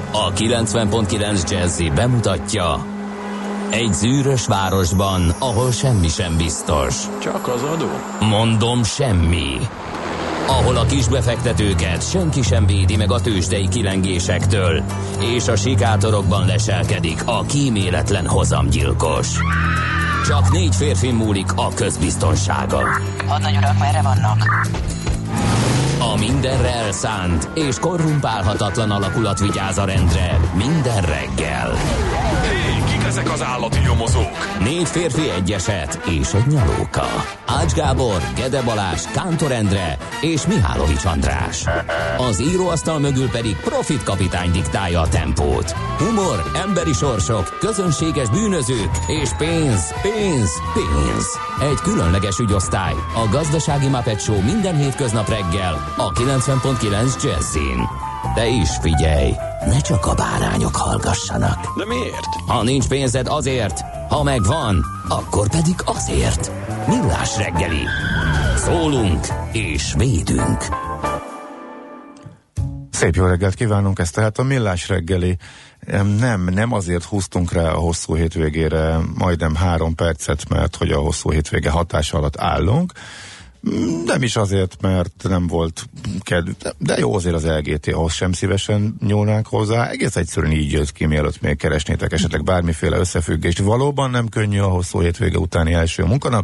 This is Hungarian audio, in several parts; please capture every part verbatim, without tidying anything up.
A kilencven pont kilenc Jazzy bemutatja: egy zűrös városban, ahol semmi sem biztos. Csak az adó? Mondom, semmi. Ahol a kisbefektetőket senki sem védi meg a tőzsdei kilengésektől, és a sikátorokban leselkedik a kíméletlen hozamgyilkos. Csak négy férfi múlik a közbiztonsága. Hadnagy urak, merre vannak? A mindenre elszánt és korrumpálhatatlan alakulat vigyáz a rendre minden reggel. Hé, kik ezek az állati nyomozók? Négy férfi, egy eset és egy nyalóka. Ács Gábor, Gede Balázs, Kántor Endre és Mihálovics András. Az íróasztal mögül pedig Profit kapitány diktálja a tempót. Humor, emberi sorsok, közönséges bűnözők és pénz, pénz, pénz. Egy különleges ügyosztály, a Gazdasági Muppet Show minden hétköznap reggel a kilencven pont kilenc Jazzin. De is figyelj, ne csak a bárányok hallgassanak. De miért? Ha nincs pénzed, azért, ha megvan, akkor pedig azért. Millás reggeli. Szólunk és védünk. Szép jó reggelt kívánunk, ez tehát a Millás reggeli. Nem, nem azért húztunk rá a hosszú hétvégére majdnem három percet, mert hogy a hosszú hétvége hatása alatt állunk. Nem is azért, mert nem volt kedv, de jó, azért az el gé té-hoz sem szívesen nyúlnánk hozzá. Egész egyszerűen így jött ki, mielőtt még keresnétek esetleg bármiféle összefüggést. Valóban nem könnyű a hosszú hétvége utáni első munkanap,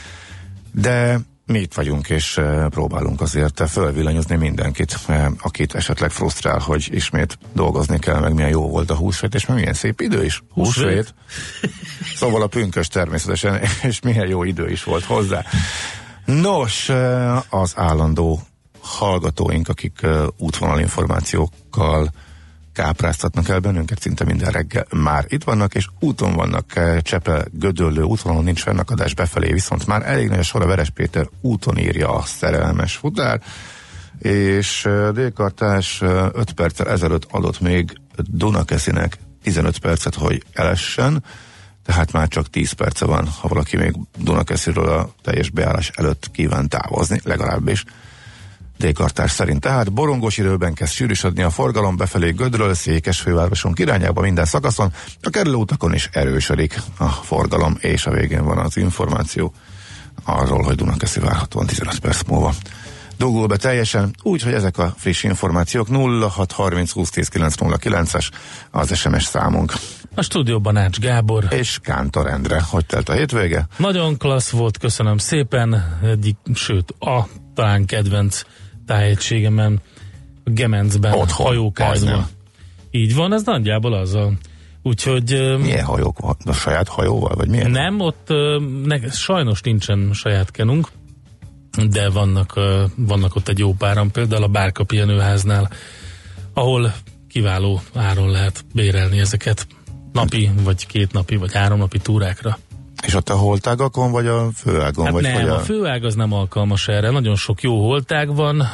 de mi itt vagyunk, és próbálunk azért fölvillanyozni mindenkit, akit esetleg frusztrál, hogy ismét dolgozni kell, meg milyen jó volt a húsvét, és meg milyen szép idő is. Húsvét. Szóval a pünkös természetesen, és milyen jó idő is volt hozzá. Nos, az állandó hallgatóink, akik útvonalinformációkkal kápráztatnak el bennünket szinte minden reggel, már itt vannak, és úton vannak. Csepel Gödöllő útvonalon nincs fennakadás befelé, viszont már elég nagy a sor, a Veres Péter úton írja a szerelmes futár, és D-kartás öt perccel ezelőtt adott még Dunakeszinek tizenöt percet, hogy elessen, tehát már csak tíz perce van, ha valaki még Dunakesziről a teljes beállás előtt kíván távozni, legalábbis D-kartás szerint. Tehát borongós időben kezd sűrűsödni a forgalom befelé Gödről, Székesfővárosunk irányába minden szakaszon, a kerülőutakon is erősödik a forgalom, és a végén van az információ arról, hogy Dunakeszi várhatóan tizenöt perc múlva dugul be teljesen, úgyhogy ezek a friss információk. Nulla hat harminc húsz tíz kilenc nulla kilences az es em es számunk. A stúdióban Ács Gábor és Kántor Endre. Hogy telt a hétvége? Nagyon klassz volt, köszönöm szépen. Egyik, sőt, a talán kedvenc tájegységemen, Gemencben, otthon, hajókázva. Így van, ez nagyjából az a... Úgyhogy... Milyen hajók van? A saját hajóval, vagy milyen? Nem, ott ne, sajnos nincsen saját kenunk, de vannak, vannak ott egy jó páran, például a Bárka pihenőháznál, ahol kiváló áron lehet bérelni ezeket napi, vagy két napi, vagy három napi túrákra. És ott a holtágakon, vagy a főágon? Hát vagy nem, a... a főág az nem alkalmas erre. Nagyon sok jó holtág van.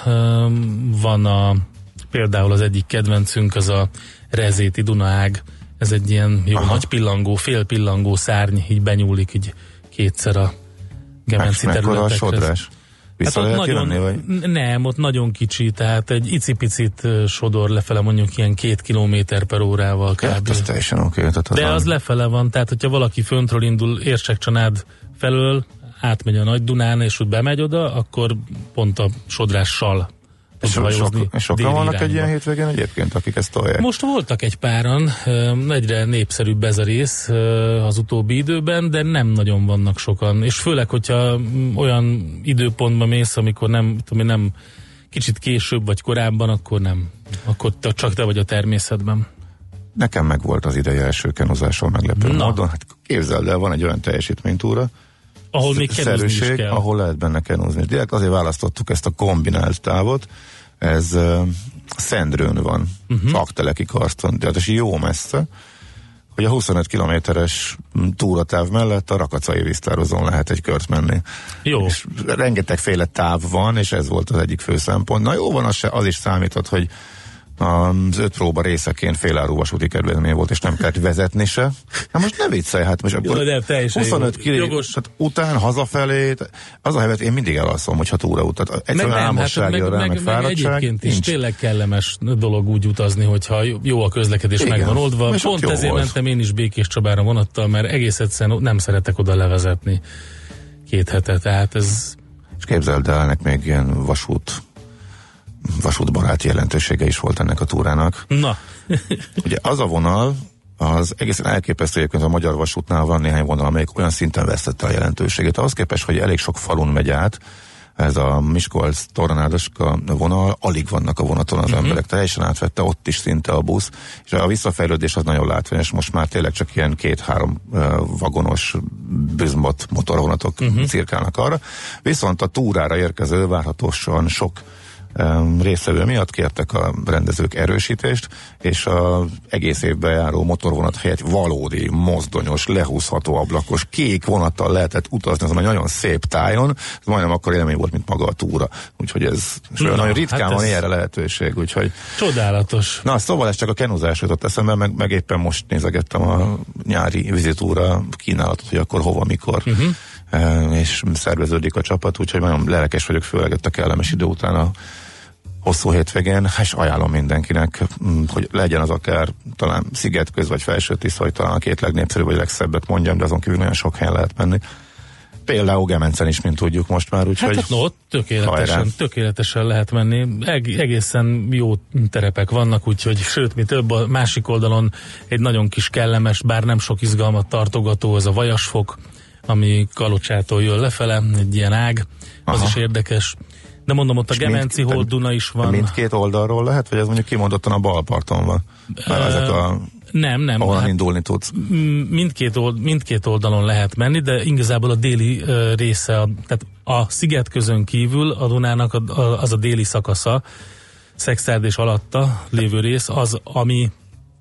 Van a, például az egyik kedvencünk, az a Rezéti Dunaág. Ez egy ilyen jó Aha. nagy pillangó, fél pillangó szárny, így benyúlik így kétszer a Gemenci területekhez. A sodrás? Vissza hát lehet nagyon, kirani, vagy? Nem, ott nagyon kicsi, tehát egy icipicit sodor lefele, mondjuk ilyen két kilométer per órával kb. Hát, ez teljesen oké. Okay, de az van. Lefele van, tehát hogyha valaki föntről indul Érsekcsanád felől, átmegy a Nagy Dunán, és úgy bemegy oda, akkor pont a sodrással és so, sok, és sokan vannak irányba. Egy ilyen hétvégén egyébként, akik ezt tolják? Most voltak egy páran, egyre népszerűbb ez a rész az utóbbi időben, de nem nagyon vannak sokan, és főleg, hogyha olyan időpontban mész, amikor nem, tudom, nem kicsit később vagy korábban, akkor nem. Akkor te, csak te vagy a természetben. Nekem meg volt az ideje első kenuzásról meglepő Na. módon. Hát képzeld el, van egy olyan teljesítménytúra, ahol még kenúzni is kell. Ahol lehet benne kenúzni. Direkt azért választottuk ezt a kombinált távot. Ez uh, Szendrőn van, uh-huh. Fakteleki karton, tehát jó messze, hogy a huszonöt kilométeres túratáv mellett a Rakacai víztározón lehet egy kört menni. Jó. És rengetegféle táv van, és ez volt az egyik fő szempont. Na jó van, az, se, az is számított, hogy az öt próba részeként féláru vasúti kedvezmény volt, és nem kellett vezetni se. Hát most ne viccelj, hát most Jó, de huszonöt kiló után hazafelé, az a helyet én mindig elalszom, hogyha túraút. Egyszerűen álmosság jön rá, meg fáradtság. Egyébként is tényleg kellemes dolog úgy utazni, hogyha jó a közlekedés, meg van oldva. És pont ezért volt. mentem én is Békés Csabára vonattal, mert egész egyszerűen nem szeretek oda levezetni két hete, tehát ez... És képzeld el, ennek még ilyen vasút vasútbarát jelentősége is volt ennek a túrának. Na. Ugye az a vonal, az egészen elképesztő, egyébként a Magyar Vasútnál van néhány vonal, amelyik olyan szinten vesztette a jelentőségét. Ahhoz képest, hogy elég sok falun megy át, ez a Miskolc-Tornádoska vonal, alig vannak a vonaton az uh-huh. emberek, teljesen átvette ott is szinte a busz, és a visszafejlődés az nagyon látványos, most már tényleg csak ilyen két-három uh, vagonos büzmot motorvonatok uh-huh. cirkálnak arra, viszont a túrára érkező várhatósan sok um, résztvevő miatt kértek a rendezők erősítést, és az egész évben járó motorvonat helyett valódi, mozdonyos, lehúzható ablakos, kék vonattal lehetett utazni azon a nagyon szép tájon, ez majdnem akkor élmény volt, mint maga a túra. Úgyhogy ez na, nagyon ritkán hát van ilyenre lehetőség, úgyhogy... Csodálatos. Na, szóval ez csak a kenuzás jutott eszembe, meg, meg éppen most nézegettem a nyári vizitúra kínálatot, hogy akkor hova, mikor, uh-huh. és szerveződik a csapat, úgyhogy nagyon lelkes vagyok, főleg a kellemes idő után a hosszú hétvégén, és ajánlom mindenkinek, hogy legyen az akár talán Szigetköz vagy Felső-Tisza, hogy talán a két legnépszerűbb vagy legszebbet mondjam, de azon kívül nagyon sok helyen lehet menni. Például Gemencen is, mint tudjuk most már, úgyhogy... Hát no, tökéletesen, hajrá. tökéletesen lehet menni. Eg- egészen jó terepek vannak, úgyhogy sőt, mi több, a másik oldalon egy nagyon kis kellemes, bár nem sok izgalmat tartogató, az a Vajasfok, ami Kalocsától jön lefele, egy ilyen ág, az Aha. is érdekes. De mondom, ott a Gemenci Hold Duna is van. Mindkét oldalról lehet, vagy ez mondjuk kimondottan a bal parton van? Mert ezek a... Nem, nem. Ahol hát indulni tudsz. Mindkét, old, mindkét oldalon lehet menni, de igazából a déli uh, része, a, tehát a Szigetközön kívül a Dunának a, a, az a déli szakasza, Szekszárd és alatta lévő rész, az, ami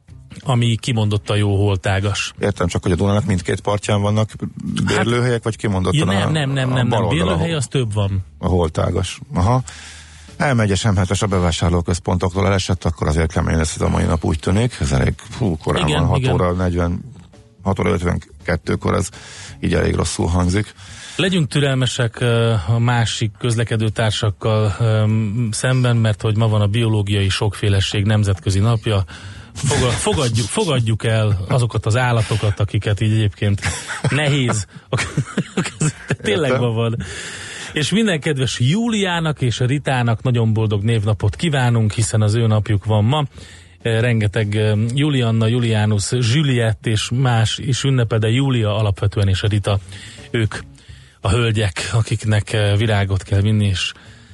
ami kimondottan jó holtágas. Értem, csak hogy a Dunának mindkét partján vannak bérlőhelyek, hát, vagy kimondottan ja, nem, a nem, nem, nem, nem. Bérlőhely az több van. A holtágas. Aha. Elmegy es em hetes a bevásárlóközpontoktól elesett, akkor azért kemény lesz ez a mai nap, úgy tűnik. Ez elég hú, korán igen, van, hat óra negyven, hat óra ötvenkettőkor, ez így elég rosszul hangzik. Legyünk türelmesek a másik közlekedőtársakkal szemben, mert hogy ma van a biológiai sokféleség nemzetközi napja. Fogadjuk, fogadjuk el azokat az állatokat, akiket így egyébként nehéz. Tényleg ma van. És minden kedves Júliának és a Ritának nagyon boldog névnapot kívánunk, hiszen az ő napjuk van ma. Rengeteg Julianna, Julianus, Juliett és más is ünnepe, de Júlia alapvetően és a Rita, ők a hölgyek, akiknek virágot kell vinni, és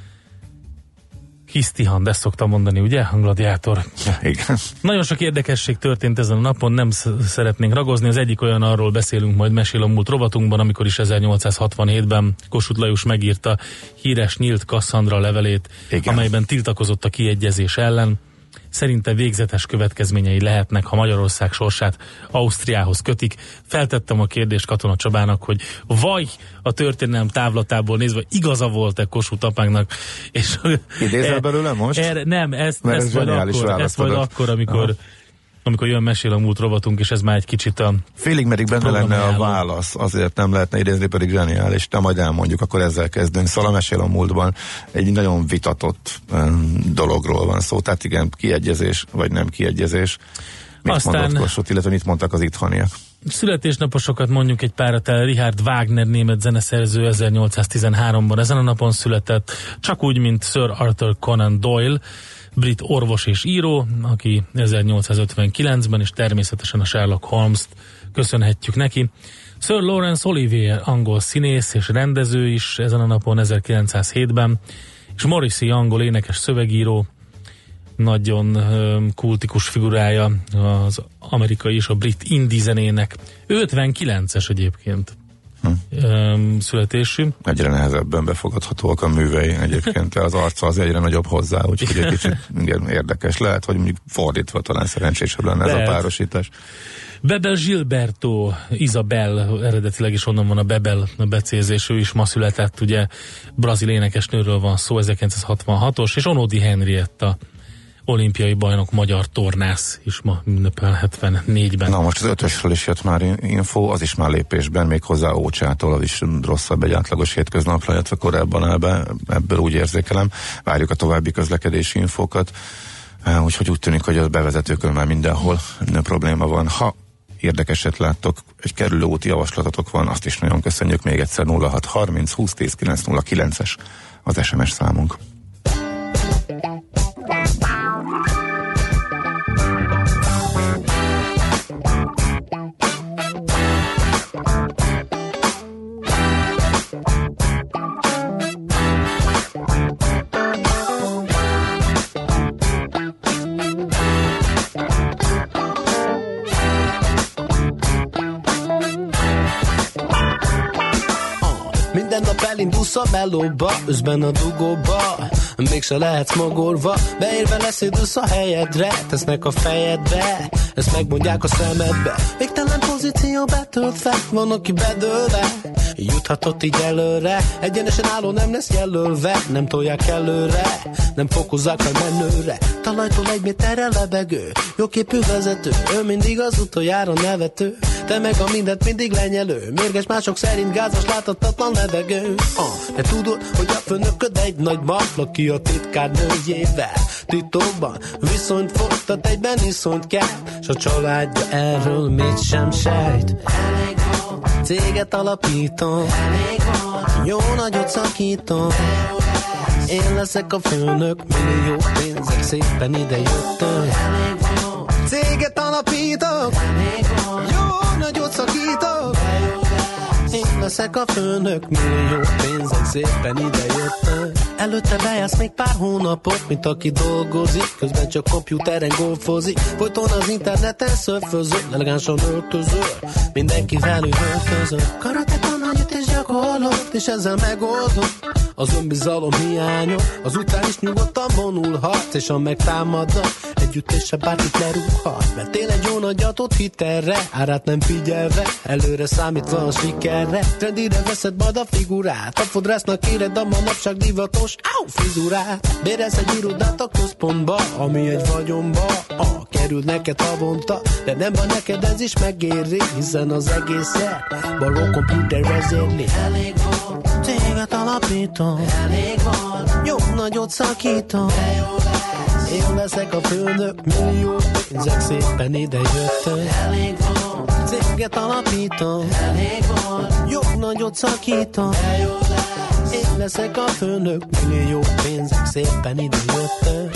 Hisztihand, ezt szoktam mondani, ugye? A gladiátor. Igen. Nagyon sok érdekesség történt ezen a napon, nem szeretnénk ragozni. Az egyik olyan, arról beszélünk majd Mesél a múlt rovatunkban, amikor is ezernyolcszázhatvanhétben Kossuth Lajos megírta híres Nyílt Kasszandra levelét, igen, amelyben tiltakozott a kiegyezés ellen. Szerinte végzetes következményei lehetnek, ha Magyarország sorsát Ausztriához kötik. Feltettem a kérdést Katona Csabának, hogy vagy a történelem távlatából nézve igaza volt-e Kossuth apánknak, és idézel belőle most? Erre, nem, ezt, ezt, majd akkor, ezt majd akkor, amikor, amikor jön Mesél a múlt rovatunk, és ez már egy kicsit a... Félig meddig benne lenne a válasz, azért nem lehetne idézni, pedig zseniális, de majd elmondjuk, akkor ezzel kezdünk. Szóval a Mesél a múltban egy nagyon vitatott um, dologról van szó, tehát igen, kiegyezés, vagy nem kiegyezés. Mit Aztán... mondott Kossuth, illetve mit mondtak az itthoniak? Születésnaposokat mondjuk egy párat el. Richard Wagner, német zeneszerző, ezernyolcszáztizenháromban ezen a napon született, csak úgy, mint Sir Arthur Conan Doyle, brit orvos és író, aki ezernyolcszázötvenkilencben, és természetesen a Sherlock Holmes-t köszönhetjük neki. Sir Laurence Olivier, angol színész és rendező is ezen a napon ezerkilencszázhétben, és Morrissey, angol énekes szövegíró, nagyon um, kultikus figurája az amerikai és a brit indie zenének. Ő ötvenkilences egyébként hm. um, születésű. Egyre nehezebben befogadhatóak a művei egyébként, az arca az egyre nagyobb hozzá, úgyhogy egy kicsit igen, érdekes lehet, hogy mondjuk fordítva talán szerencsésebb lenne lehet. Ez a párosítás. Bebel Gilberto, Isabel, eredetileg is onnan van a Bebel a becézés, ő is ma született, ugye brazil énekesnőről van szó, ezerkilencszázhatvanhatos, és Onodi Henrietta, olimpiai bajnok magyar tornász is ma ünnepel hetvennégyben. Na most az ötösről is jött már info, az is már lépésben, még hozzá Ócsától, az is rosszabb egy átlagos hétköznapra, illetve korábban áll be, ebből úgy érzékelem. Várjuk a további közlekedési infókat, úgyhogy úgy tűnik, hogy a bevezetőkön már mindenhol probléma van. Ha érdekeset láttok, egy kerülő úti javaslatotok van, azt is nagyon köszönjük. Még egyszer nulla hat harminc húsz tíz kilenc nulla kilences az es em es számunk. Elindulsz a melóba, üzben a dugóba, mégse lehetsz magorva, beérve leszédülsz a helyedre, tesznek a fejedbe, ezt megmondják a szemedbe. Végtelen pozíció betöltve, van aki bedőlve, juthatott így előre, egyenesen álló nem lesz jelölve, nem tolják előre, nem fokozzák a menőre, talajtól egy méterre lebegő, jóképű vezető, ő mindig az utoljára nevető, te meg a mindent mindig lenyelő, mérges mások szerint gázos láthatatlan levegő. Ah, de tudod, hogy a főnököd egy nagy mafla, ki a titkárnőjével titokban viszonyt folytat, egyben viszonyt kell, s a családja erről mit sem sejt. Elég volt, céget alapítom, elég volt, jó nagyot szakítom, én leszek a főnök, millió pénzek szépen ide jöttem. Elég volt, céget alapítok, elég volt, jó nagyot szakítok, én leszek a főnök, millió pénzek szépen ide jöttem. Előtte bejársz még pár hónapot, mint aki dolgozik, közben csak kompjúteren golfozik, folyton az interneten szörfözöl, elegánsan öltözöl, mindenkivel üvöltözöl. Karatekan nagyot és gyakorlott, és ezzel megoldod az önbizalom hiányot, az után is nyugodtan vonulhat, és ha megtámadnak, együttese bárkit lerúghat, mert tényleg jó nagyatot hitelre, árát nem figyelve, előre számítva a sikerre, trendire veszed majd a figurát, a fodrásznak éred a manapság divatos áú, frizurát, bérelsz egy irodát a központba, ami egy vagyonba, ah, kerül neked havonta, de nem van neked ez is megéri, hiszen az egészet baró komputer vezérli. Elég volt, céget alapítom, elég volt, jó nagyot szakítom, én leszek a főnök, millió pénzek szépen ide jöttem. Elég volt, céget alapítom, elég volt, jó nagyot szakítom, én leszek a főnök, millió pénzek szépen ide jöttem.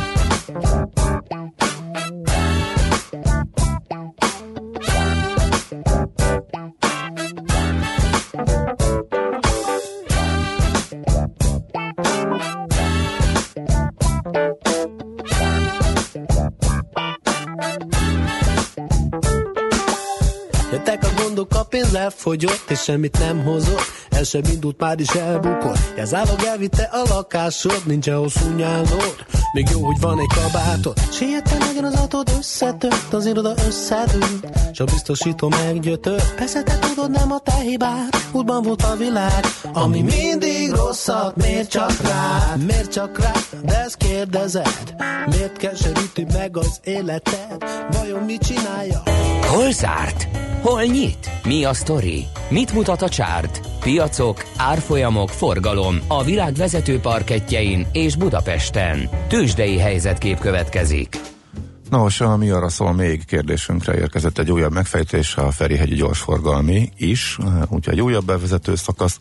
Jöttek a gondok, a pénz elfogyott, és semmit nem hozott, el sem indult, már is elbukott. Jelzálog elvitte a lakásod, nincs hosszú nyálod, még jó, hogy van egy kabátod. Siettem legyen az autód összetört, az iroda összedőlt, s a biztosító meggyötört. Persze te tudod, nem a te hibád, útban volt a világ, ami mindig rosszat, miért csak rád? Miért csak rád? De ezt kérdezed, miért keseríti meg az életed? Vajon mit csinálja? Hol zárt? Hol nyit? Mi a sztori? Mit mutat a csárt? Piacok, árfolyamok, forgalom a világ vezető parkettjein és Budapesten. Tőzsdei helyzetkép következik. Na most, ami arra szól, még kérdésünkre érkezett egy újabb megfejtés, a Ferihegyi gyorsforgalmi is, úgyhogy egy újabb bevezető szakasz,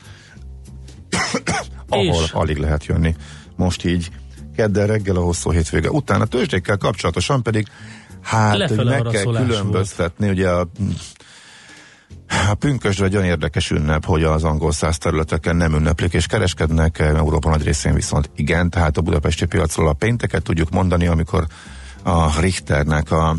ahol és alig lehet jönni. Most így kedden reggel a hosszú hétvége után. A tőzsdékkel kapcsolatosan pedig hát lefele meg kell különböztetni, ugye a A pünkösd egy olyan érdekes ünnep, hogy az angol száz területeken nem ünneplik és kereskednek, Európa nagy részén viszont igen, tehát a budapesti piacról a pénteket tudjuk mondani, amikor a Richternek a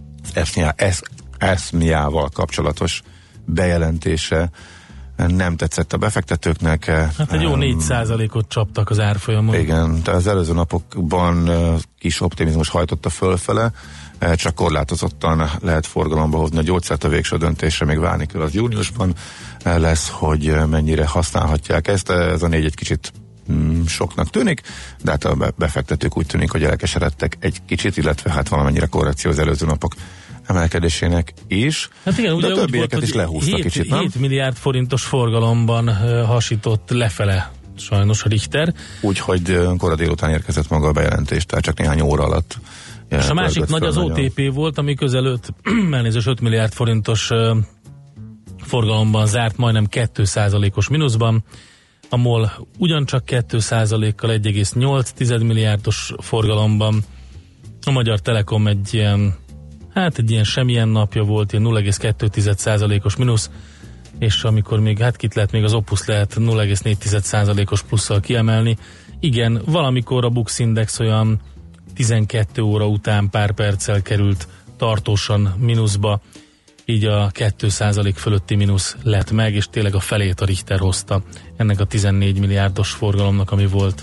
eszmiával kapcsolatos bejelentése nem tetszett a befektetőknek. Hát egy jó négy százalékot csaptak az árfolyamon. Igen, de az előző napokban kis optimizmus hajtotta fölfele, csak korlátozottan lehet forgalomba hozni a gyógyszert, a végső döntésre még várni kell, az júniusban lesz, hogy mennyire használhatják ezt. Ez a négy egy kicsit mm, soknak tűnik, de hát a befektetők úgy tűnik, hogy elkeseredtek egy kicsit, illetve hát valamennyire korrekció az előző napok emelkedésének is, hát igen, de ugye a többieket volt, is lehúzta hét, kicsit, nem? hét milliárd forintos forgalomban uh, hasított lefele sajnos a Richter. Úgyhogy uh, kora délután érkezett maga a bejelentés, tehát csak néhány óra alatt. És a másik nagy az o té pé volt, ami közel öt milliárd forintos uh, forgalomban zárt, majdnem két százalékos mínuszban. A MOL ugyancsak két százalékkal egy egész nyolc milliárdos forgalomban. A Magyar Telekom egy ilyen, hát egy ilyen semmilyen napja volt, ilyen nulla egész kettő százalékos mínusz, és amikor még, hát kit lehet még az Opus lehet nulla egész négy százalékos plusszal kiemelni. Igen, valamikor a Bux Index olyan tizenkét óra után pár perccel került tartósan mínuszba, így a két százalék fölötti mínusz lett meg, és tényleg a felét a Richter hozta ennek a tizennégy milliárdos forgalomnak, ami volt.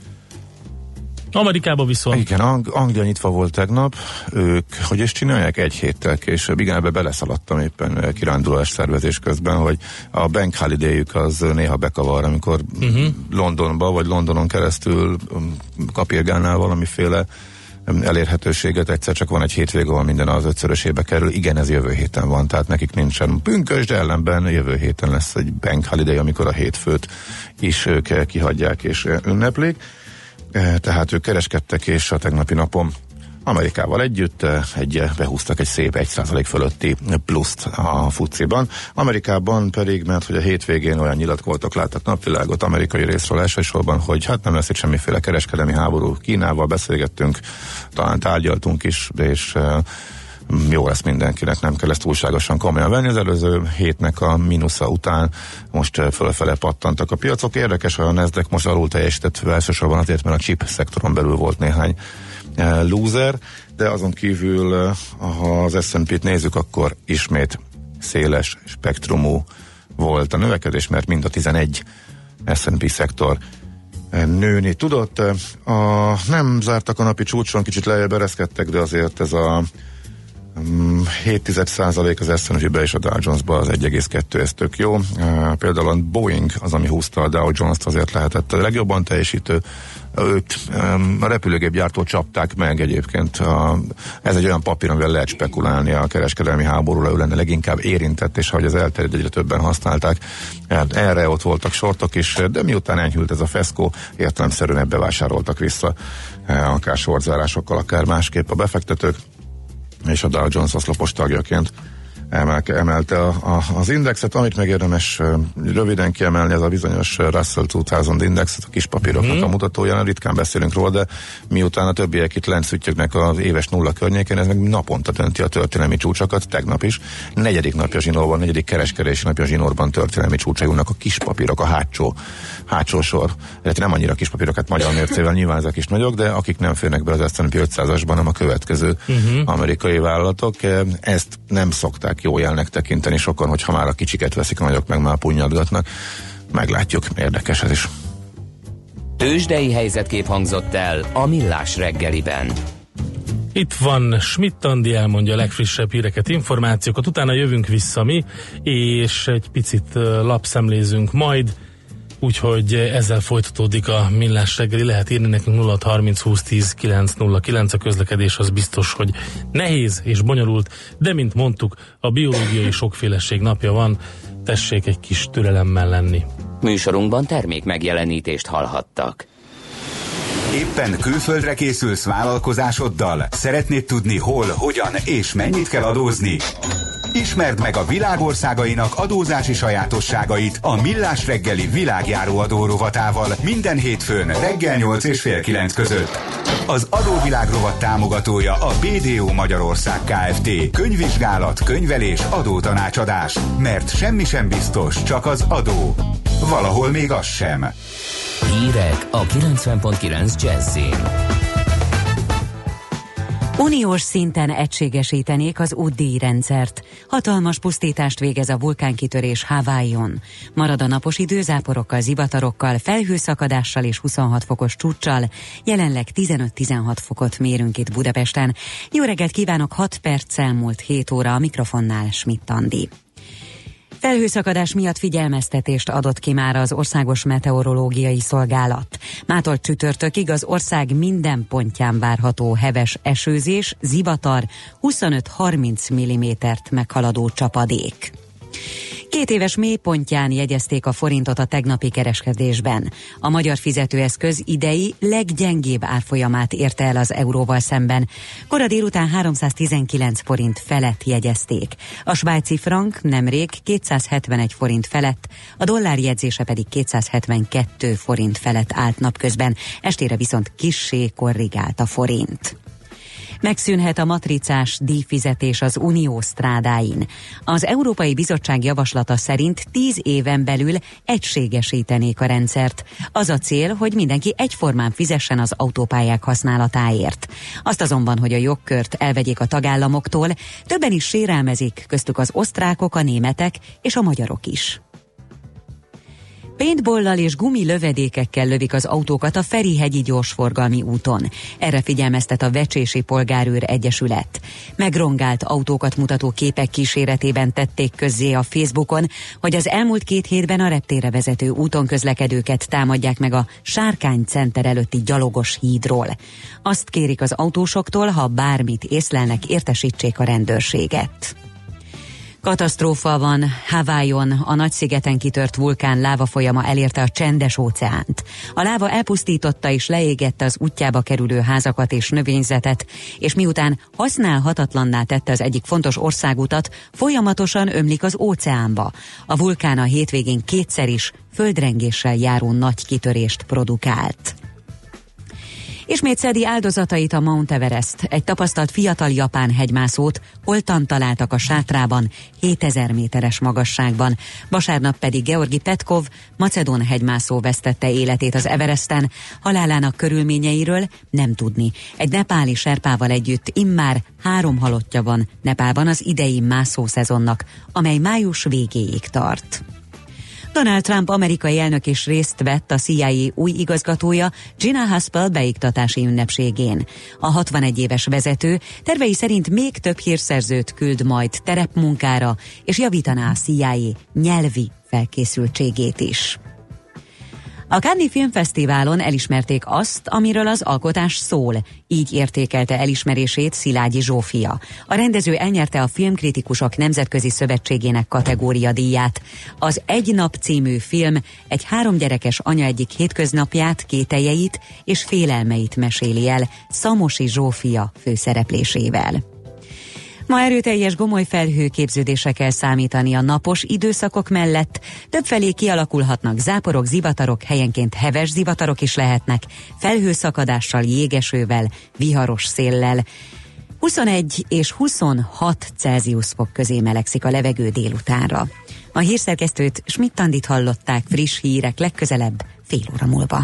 Amerikában viszont... Igen, Ang- Anglia nyitva volt tegnap, ők hogy is csinálják? Egy héttel később. Igen, ebbe beleszaladtam éppen kirándulás szervezés közben, hogy a bank holiday-jük az néha bekavar, amikor uh-huh. Londonba, vagy Londonon keresztül kapirgálnál valamiféle elérhetőséget, egyszer csak van egy hétvége, ahol minden az ötszörösébe kerül. Igen, ez jövő héten van, tehát nekik nincsen pünkös, de ellenben jövő héten lesz egy bank holiday, amikor a hétfőt is ők kihagyják és ünneplik. Tehát ők kereskedtek, és a tegnapi napon Amerikával együtt egy, behúztak egy szép egy százalék fölötti pluszt a fuciban. Amerikában pedig, mert hogy a hétvégén olyan nyilatkozatok láttak napvilágot amerikai részről elsősorban, hogy hát nem lesz itt semmiféle kereskedelmi háború. Kínával beszélgettünk, talán tárgyaltunk is, és jó lesz mindenkinek, nem kell ezt túlságosan komolyan venni. Az előző hétnek a mínusza után most fölfele pattantak a piacok. Érdekes, hogy a Nasdaq most alul teljesített, elsősorban azért, mert a chip szektoron belül volt néhány loser, de azon kívül, ha az es and pét nézzük, akkor ismét széles spektrumú volt a növekedés, mert mind a tizenegy es and pé szektor nőni tudott. A, nem zártak a napi csúcson, kicsit lejjebb ereszkedtek, de azért ez a hét százalék az es and pé-be és a Dow Jones-ba az egy egész kettő, ez tök jó. Uh, például a Boeing az, ami húzta a Dow Jones-t, azért lehetett a legjobban teljesítő. Őt um, a repülőgépgyártó csapták meg egyébként. A, ez egy olyan papír, amivel lehet spekulálni a kereskedelmi háborúra, ő lenne leginkább érintett, és ahogy az elterjed, egyre többen használták. Erre ott voltak sortok is, de miután enyhült ez a feszkó, értelemszerűen bevásároltak vissza, akár sorzárásokkal, akár másképp a befektetők, és a Dow Jones oszlopos tagjaként emelke, emelte a, a, az indexet, amit meg érdemes uh, röviden kiemelni, ez a bizonyos Russell kétezer index, a kis papíroknak mm. a mutatója, ritkán beszélünk róla, de miután a többiek itt lent szüttyögnek az éves nulla környékén, ez meg naponta dönti a történelmi csúcsokat, tegnap is. Negyedik napja zsinórban, negyedik kereskedési napja zsinórban történelmi csúcsaiunknak a kis papírok, a hátsó, hátsó sor. Illetve nem annyira kis papírok, hát magyar mércével nyilván ezek is nagyok, de akik nem férnek be az es and pé ötszázasban, hanem a következő mm-hmm. amerikai vállalatok, ezt nem szokták jó jelnek tekinteni sokan, hogyha már a kicsiket veszik, a nagyok meg már punnyadgatnak. Meglátjuk, érdekes ez is. Tőzsdei helyzetkép hangzott el a Millás reggeliben. Itt van Schmidt Andi, elmondja a legfrissebb híreket, információkat, utána jövünk vissza mi, és egy picit lapszemlézünk majd, úgyhogy ezzel folytatódik a Millás reggeli, lehet írni nekünk nulla harminc húsz tíz kilenc nulla kilenc, a közlekedés az biztos, hogy nehéz és bonyolult, de mint mondtuk, a biológiai sokféleség napja van, tessék egy kis türelemmel lenni. Műsorunkban termék megjelenítést hallhattak. Éppen külföldre készülsz vállalkozásoddal? Szeretnéd tudni hol, hogyan és mennyit kell adózni? Ismerd meg a világországainak adózási sajátosságait a Millás reggeli világjáró adó rovatával minden hétfőn reggel nyolc és fél kilenc között. Az adóvilág rovat támogatója a bé dé o Magyarország Kft. Könyvvizsgálat, könyvelés, adótanácsadás. Mert semmi sem biztos, csak az adó. Valahol még az sem. Hírek a kilencven pont kilenc Jazzin. Uniós szinten egységesítenék az útdíjrendszert. Hatalmas pusztítást végez a vulkánkitörés Hawaiion. Marad a napos idő záporokkal, zivatarokkal, felhőszakadással és huszonhat fokos csúccsal. Jelenleg tizenöt-tizenhat fokot mérünk itt Budapesten. Jó reggelt kívánok, hat perccel múlt hét óra, a mikrofonnál Schmidt Andi. Felhőszakadás miatt figyelmeztetést adott ki már az Országos Meteorológiai Szolgálat. Mától csütörtökig az ország minden pontján várható heves esőzés, zivatar, huszonöt-harminc millimétert meghaladó csapadék. Két éves mélypontján jegyezték a forintot a tegnapi kereskedésben. A magyar fizetőeszköz idei leggyengébb árfolyamát érte el az euróval szemben. Kora délután háromszáztizenkilenc forint felett jegyezték. A svájci frank nemrég kétszázhetvenegy forint felett, a dollár jegyzése pedig kétszázhetvenkettő forint felett állt napközben, estére viszont kissé korrigált a forint. Megszűnhet a matricás díjfizetés az unió sztrádáin. Az Európai Bizottság javaslata szerint tíz éven belül egységesítenék a rendszert. Az a cél, hogy mindenki egyformán fizessen az autópályák használatáért. Azt azonban, hogy a jogkört elvegyék a tagállamoktól, többen is sérelmezik, köztük az osztrákok, a németek és a magyarok is. Paintball-lal és gumilövedékekkel lövik az autókat a Ferihegyi gyorsforgalmi úton. Erre figyelmeztet a Vecsési Polgárőr Egyesület. Megrongált autókat mutató képek kíséretében tették közzé a Facebookon, hogy az elmúlt két hétben a reptérre vezető úton közlekedőket támadják meg a Sárkány Center előtti gyalogos hídról. Azt kérik az autósoktól, ha bármit észlelnek, értesítsék a rendőrséget. Katasztrófa van Hawaiion, a Nagy-szigeten kitört vulkán lávafolyama elérte a Csendes-óceánt. A láva elpusztította és leégette az útjába kerülő házakat és növényzetet, és miután használhatatlanná tette az egyik fontos országutat, folyamatosan ömlik az óceánba. A vulkán a hétvégén kétszer is földrengéssel járó nagy kitörést produkált. Ismét szedi áldozatait a Mount Everest. Egy tapasztalt fiatal japán hegymászót holtan találtak a sátrában, hétezer méteres magasságban. Vasárnap pedig Georgi Petkov, macedón hegymászó vesztette életét az Everesten. Halálának körülményeiről nem tudni. Egy nepáli serpával együtt immár három halottja van Nepálban az idei mászószezonnak, amely május végéig tart. Donald Trump amerikai elnök is részt vett a C I A új igazgatója Gina Haspel beiktatási ünnepségén. A hatvanegy éves vezető tervei szerint még több hírszerzőt küld majd terepmunkára, és javítaná a C I A nyelvi felkészültségét is. A Cannes-i Filmfesztiválon elismerték azt, amiről az alkotás szól. Így értékelte elismerését Szilágyi Zsófia. A rendező elnyerte a Filmkritikusok Nemzetközi Szövetségének kategóriadíját. Az Egy nap című film egy háromgyerekes anya egyik hétköznapját, kételjeit és félelmeit meséli el Szamosi Zsófia főszereplésével. Ma erőteljes gomoly felhőképződésre kell számítani a napos időszakok mellett. Többfelé kialakulhatnak záporok, zivatarok, helyenként heves zivatarok is lehetnek, felhőszakadással, jégesővel, viharos széllel. huszonegy és huszonhat Celsius fok közé melegszik a levegő délutánra. A hírszerkesztőt, Schmidt-Andit hallották, friss hírek legközelebb fél óra múlva.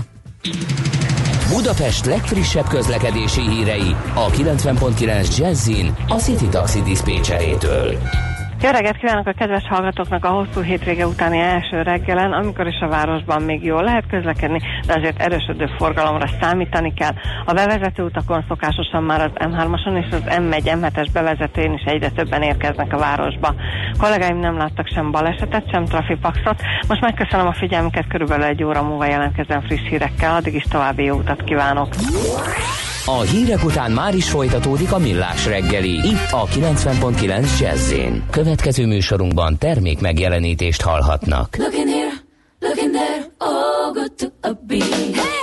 Budapest legfrissebb közlekedési hírei a kilencven pont kilenc Jazzin a City Taxi diszpécserétől. Jó reggelt kívánok a kedves hallgatóknak a hosszú hétvége utáni első reggelen, amikor is a városban még jól lehet közlekedni, de azért erősödő forgalomra számítani kell. A bevezető utakon szokásosan már az M hármason és az M egy M hetes bevezetőjén is egyre többen érkeznek a városba. Kollégáim nem láttak sem balesetet, sem trafipaxot. Most megköszönöm a figyelmüket, körülbelül egy óra múlva jelentkezem friss hírekkel, addig is további jó utat kívánok. A hírek után már is folytatódik a Millás reggeli, itt a kilencven pont kilenc Jazzin. Következő műsorunkban termék megjelenítést hallhatnak. Look in here, look in there, all good to a beat. Hey!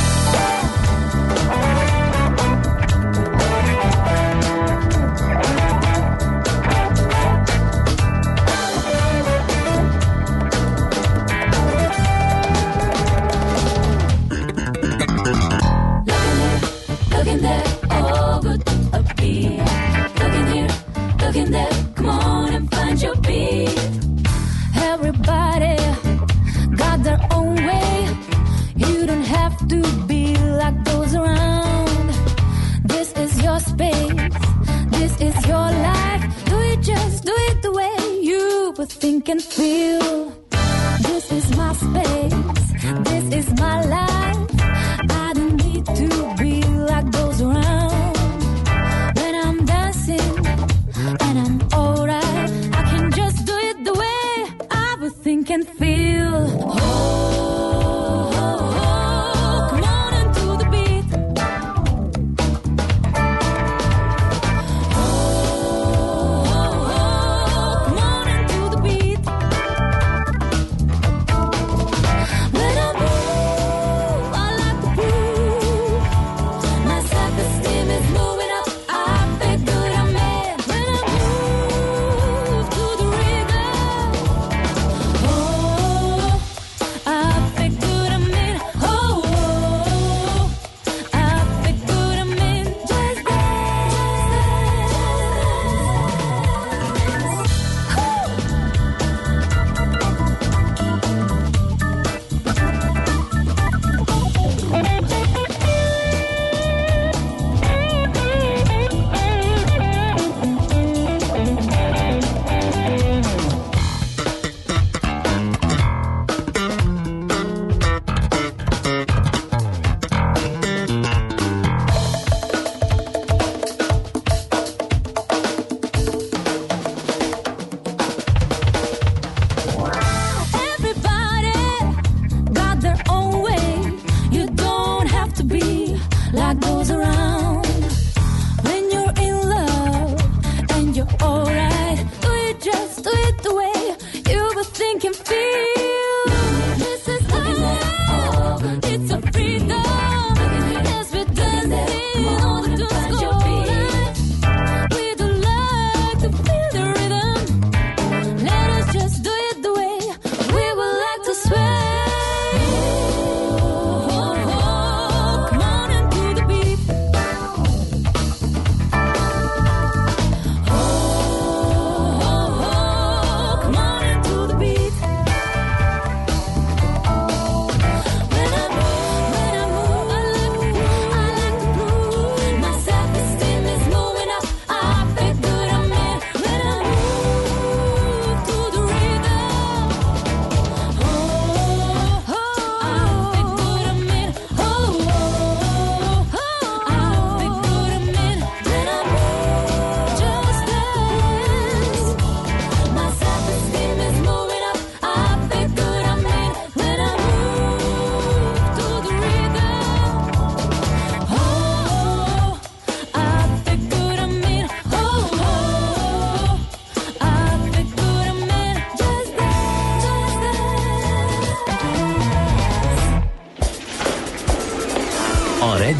Come on and find your beat. Everybody got their own way. You don't have to be like those around. This is your space. This is your life. Do it just do it the way you would think and feel. This is my space. This is my life. I don't need to be like those around. When I'm dancing and I'm alright, I can just do it the way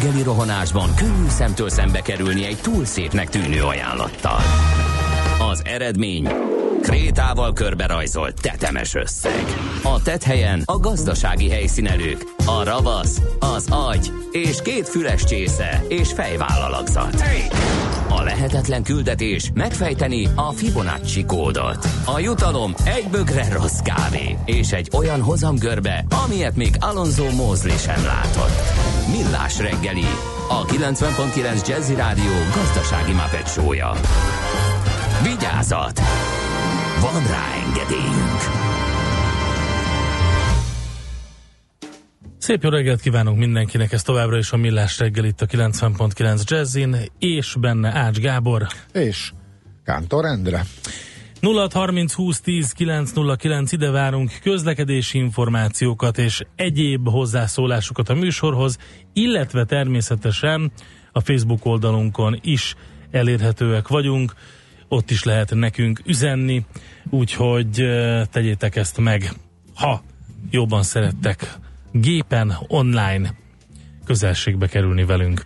reggeli rohanásban könnyű szemtől szembe kerülni egy túl szépnek tűnő ajánlattal. Az eredmény... krétával körberajzolt tetemes összeg. A tetthelyen a gazdasági helyszínelők, a ravasz, az agy és két füles csésze és fejvállalakzat. A lehetetlen küldetés megfejteni a Fibonacci kódot. A jutalom egy bögre rossz kávé és egy olyan hozamgörbe, amilyet még Alonso Mosley sem látott. Millás reggeli, a kilencven pont kilenc Jazzy Rádió gazdasági Muppet show-ja. Vigyázat! Van rá engedélyünk! Szép jó reggelt kívánunk mindenkinek, ez továbbra is a Millás reggel itt a kilencven pont kilenc Jazzin, és benne Ács Gábor. És Kántor Endre. nulla hat harminc húsz tíz kilenc nulla kilenc, ide várunk közlekedési információkat és egyéb hozzászólásokat a műsorhoz, illetve természetesen a Facebook oldalunkon is elérhetőek vagyunk, ott is lehet nekünk üzenni, úgyhogy tegyétek ezt meg, ha jobban szerettek gépen, online közelségbe kerülni velünk.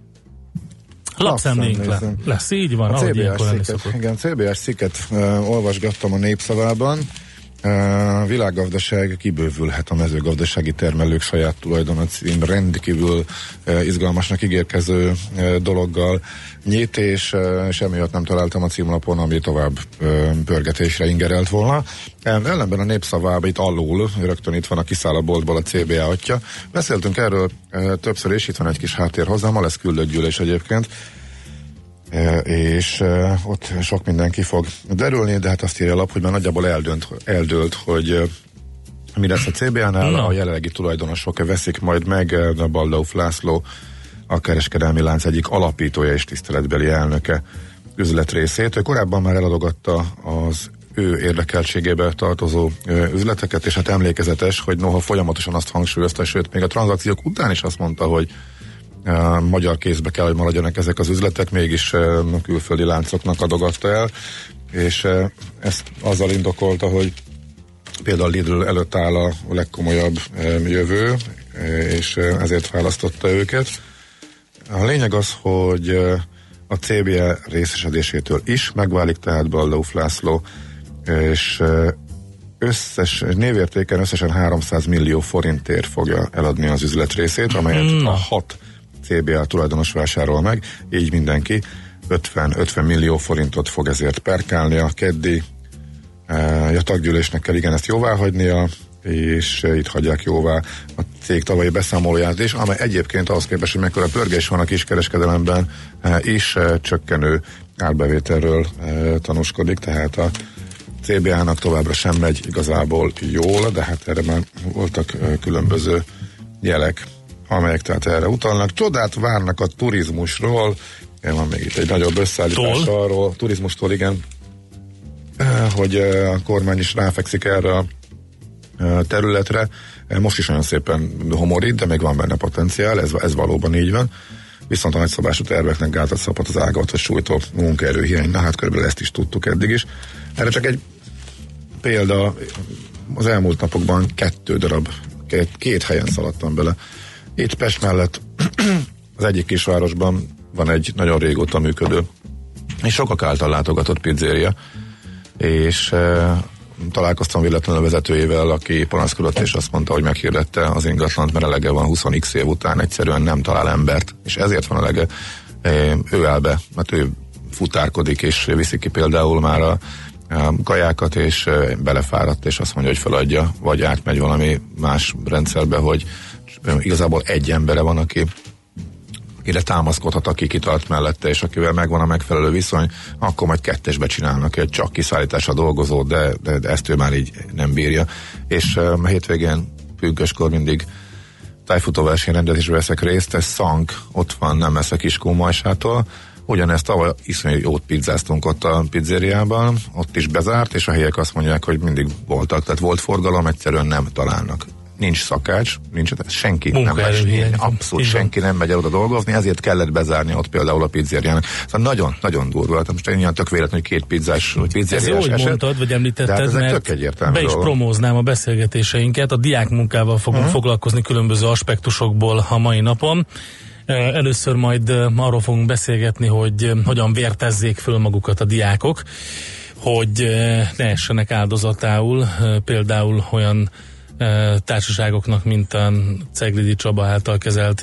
Lapszemlénk le, lesz, így van, ahogy ilyenkor lenni szokott. Igen, cé bé es cikket uh, olvasgattam a Népszavában. Uh, világgazdaság kibővülhet a mezőgazdasági termelők saját tulajdona cím rendkívül uh, izgalmasnak ígérkező uh, dologgal nyit, és, uh, és emiatt nem találtam a címlapon, ami tovább uh, pörgetésre ingerelt volna. Um, ellenben a Népszavában itt alul, rögtön itt van a kiszáll a boltból a cé bé á atya. Beszéltünk erről uh, többször, és itt van egy kis háttér hozzá, ma lesz küldött gyűlés egyébként. E, és e, ott sok mindenki fog derülni, de hát azt írja a lap, hogy már nagyjából eldönt, eldőlt, hogy e, mi lesz a cé bé á-nál, no. A jelenlegi tulajdonosok veszik majd meg, a Baldauf László, a kereskedelmi lánc egyik alapítója és tiszteletbeli elnöke üzletrészét. Ő korábban már eladogatta az ő érdekeltségébe tartozó ö, üzleteket, és hát emlékezetes, hogy noha folyamatosan azt hangsúlyozta, sőt még a tranzakciók után is azt mondta, hogy Uh, magyar kézbe kell, hogy maradjanak ezek az üzletek, mégis uh, külföldi láncoknak adogatta el, és uh, ezt azzal indokolta, hogy például Lidl előtt áll a legkomolyabb uh, jövő, uh, és uh, ezért választotta őket. A lényeg az, hogy uh, a cé bé á részesedésétől is megválik, tehát Baldauf László, és uh, összes névértéken összesen háromszáz millió forintért fogja eladni az üzletrészét, amelyet a hat cé bé á tulajdonos vásárol meg, így mindenki ötven millió forintot fog ezért perkálni. A keddi e, a taggyűlésnek kell igen ezt jóvá hagynia, és e, itt hagyják jóvá a cég tavalyi beszámolóját is, amely egyébként ahhoz képest, hogy mekkora pörgés van a kiskereskedelemben, e, is e, csökkenő árbevételről e, tanúskodik, tehát a cé bé á-nak továbbra sem megy igazából jól, de hát erre már voltak e, különböző jelek, amelyek tehát erre utalnak. Csodát várnak a turizmusról, van még itt egy nagyobb összeállítás arról, turizmustól igen, hogy a kormány is ráfekszik erre a területre. Most is olyan szépen homorít, de még van benne potenciál, ez, ez valóban így van. Viszont a nagyszabású terveknek gátat szabad az ágat, vagy sújtó munkaerőhiány. Na hát körülbelül ezt is tudtuk eddig is. Erre csak egy példa, az elmúlt napokban kettő darab, két, két helyen szaladtam bele. Itt Pest mellett az egyik kisvárosban van egy nagyon régóta működő és sokak által látogatott pizzéria, és e, találkoztam véletlenül a vezetőjével, aki panaszkodott, és azt mondta, hogy meghirdette az ingatlant, mert elege van húsz x év után, egyszerűen nem talál embert, és ezért van elege. E, ő áll be, mert ő futárkodik, és viszi ki például már a, a kajákat, és e, belefáradt, és azt mondja, hogy feladja, vagy átmegy valami más rendszerbe, hogy igazából egy embere van, aki akire támaszkodhat, aki kitart mellette, és akivel megvan a megfelelő viszony, akkor majd kettesbe csinálnak egy csak kiszállításra dolgozó, de, de, de ezt ő már így nem bírja. És um, a hétvégén pünköskor mindig tájfutóverseny rendezésre veszek részt, ez Szank, ott van nem messze Kiskómajsától, ugyanezt tavaly iszonyú jót pizzáztunk ott a pizzériában, ott is bezárt, és a helyiek azt mondják, hogy mindig voltak, tehát volt forgalom, egyszerűen nem találnak. Nincs szakács, nincs, senki nem megy, abszolút senki nem megy el oda dolgozni, ezért kellett bezárni ott például a pizzériának. Szóval nagyon, nagyon durva. Most én ilyen tök véletlen, hogy két pizzás, hogy pizzériás eset. Ez jó, hogy mondtad, vagy említetted, mert be is promóznám a beszélgetéseinket, a diákmunkával fogunk hmm. foglalkozni különböző aspektusokból a mai napon. Először majd arról fogunk beszélgetni, hogy hogyan vértezzék föl magukat a diákok, hogy ne essenek áldozatául, például olyan társaságoknak, mint a Ceglidi Csaba által kezelt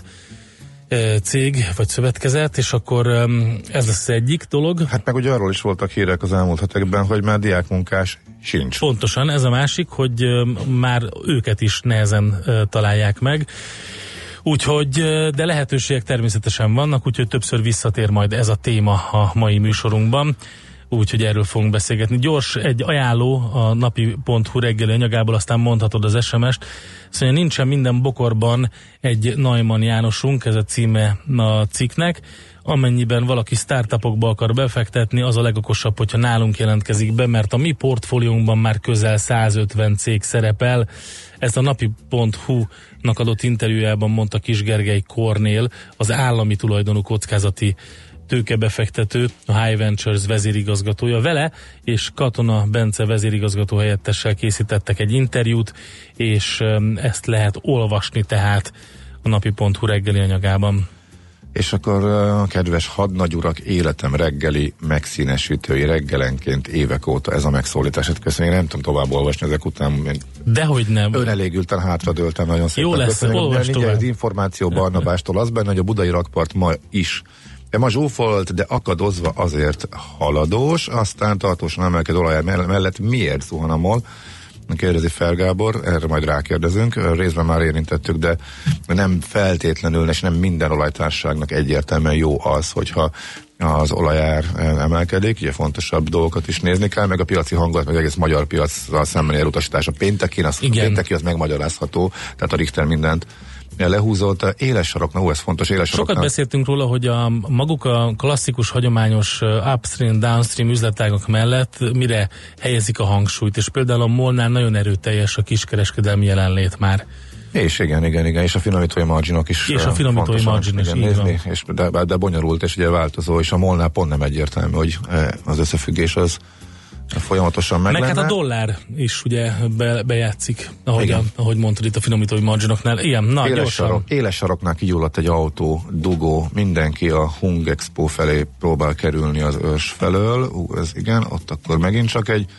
cég vagy szövetkezet, és akkor ez lesz egyik dolog. Hát meg ugye arról is voltak hírek az elmúlt hetekben, hogy már diákmunkás sincs. Pontosan, ez a másik, hogy már őket is nehezen találják meg. Úgyhogy, de lehetőségek természetesen vannak, úgyhogy többször visszatér majd ez a téma a mai műsorunkban. Úgyhogy erről fogunk beszélgetni. Gyors egy ajánló a napi pont hu reggeli anyagából, aztán mondhatod az es em est. Szóval nincsen minden bokorban egy Neumann Jánosunk, ez a címe a cikknek. Amennyiben valaki startupokba akar befektetni, az a legokosabb, hogyha nálunk jelentkezik be, mert a mi portfóliónkban már közel százötven cég szerepel. Ezt a napi pont hu-nak adott interjújában mondta Kis Gergely Kornél, az állami tulajdonú kockázati tőkebefektető, a High Ventures vezérigazgatója. Vele és Katona Bence vezérigazgató helyettessel készítettek egy interjút, és ezt lehet olvasni tehát a napi pont hu reggeli anyagában. És akkor uh, kedves hadnagyurak, életem reggeli megszínesítői reggelenként évek óta ez a megszólítását köszönöm. Én nem tudom tovább olvasni ezek után. Dehogy nem. Önelégülten hátradőltem, nagyon szépen. Jó lesz, olvasd tovább. Az információ Barnabástól az benne, hogy a budai rakpart ma is de ma zsúfolt, de akadozva azért haladós, aztán tartósan emelkedő olajár mellett miért zuhan a MOL? Kérdezi Fel Gábor, erre majd rákérdezünk, részben már érintettük, de nem feltétlenül, és nem minden olajtársaságnak egyértelműen jó az, hogyha az olajár emelkedik, ugye fontosabb dolgokat is nézni kell, meg a piaci hangulat, meg egész magyar piacsal szembeni elutasítás a péntekén, az a pénteki az megmagyarázható, tehát a Richter mindent lehúzott, éles saroknál, ó, ez fontos, éles saroknál. Sokat beszéltünk róla, hogy a maguk a klasszikus, hagyományos upstream, downstream üzletágak mellett mire helyezik a hangsúlyt, és például a MOL-nál nagyon erőteljes a kiskereskedelmi jelenlét már. És igen, igen, igen, és a finomítói marginok is. És a finomítói margin is, nézni, és de, de bonyolult, és ugye változó, és a MOL-nál pont nem egyértelmű, hogy az összefüggés az folyamatosan meg, meg lenne. Hát a dollár is ugye be, bejátszik, ahogyan, ahogy mondtad itt a finomítói marginoknál. Igen, na éles, gyorsan. sarok, éles saroknál kigyulladt egy autó, dugó, mindenki a Hung Expo felé próbál kerülni az ős felől. Ú, ez igen, ott akkor megint csak egy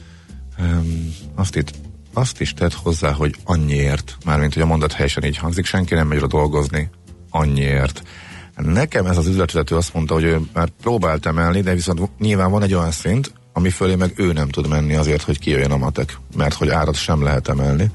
um, azt itt azt is tett hozzá, hogy annyiért, mármint hogy a mondat helyesen így hangzik, senki nem megy oda dolgozni annyiért. Nekem ez az üzletvezető azt mondta, hogy ő már próbált emelni, de viszont nyilván van egy olyan szint, ami fölé meg ő nem tud menni azért, hogy kijöjjön a matek, mert hogy árat sem lehet emelni.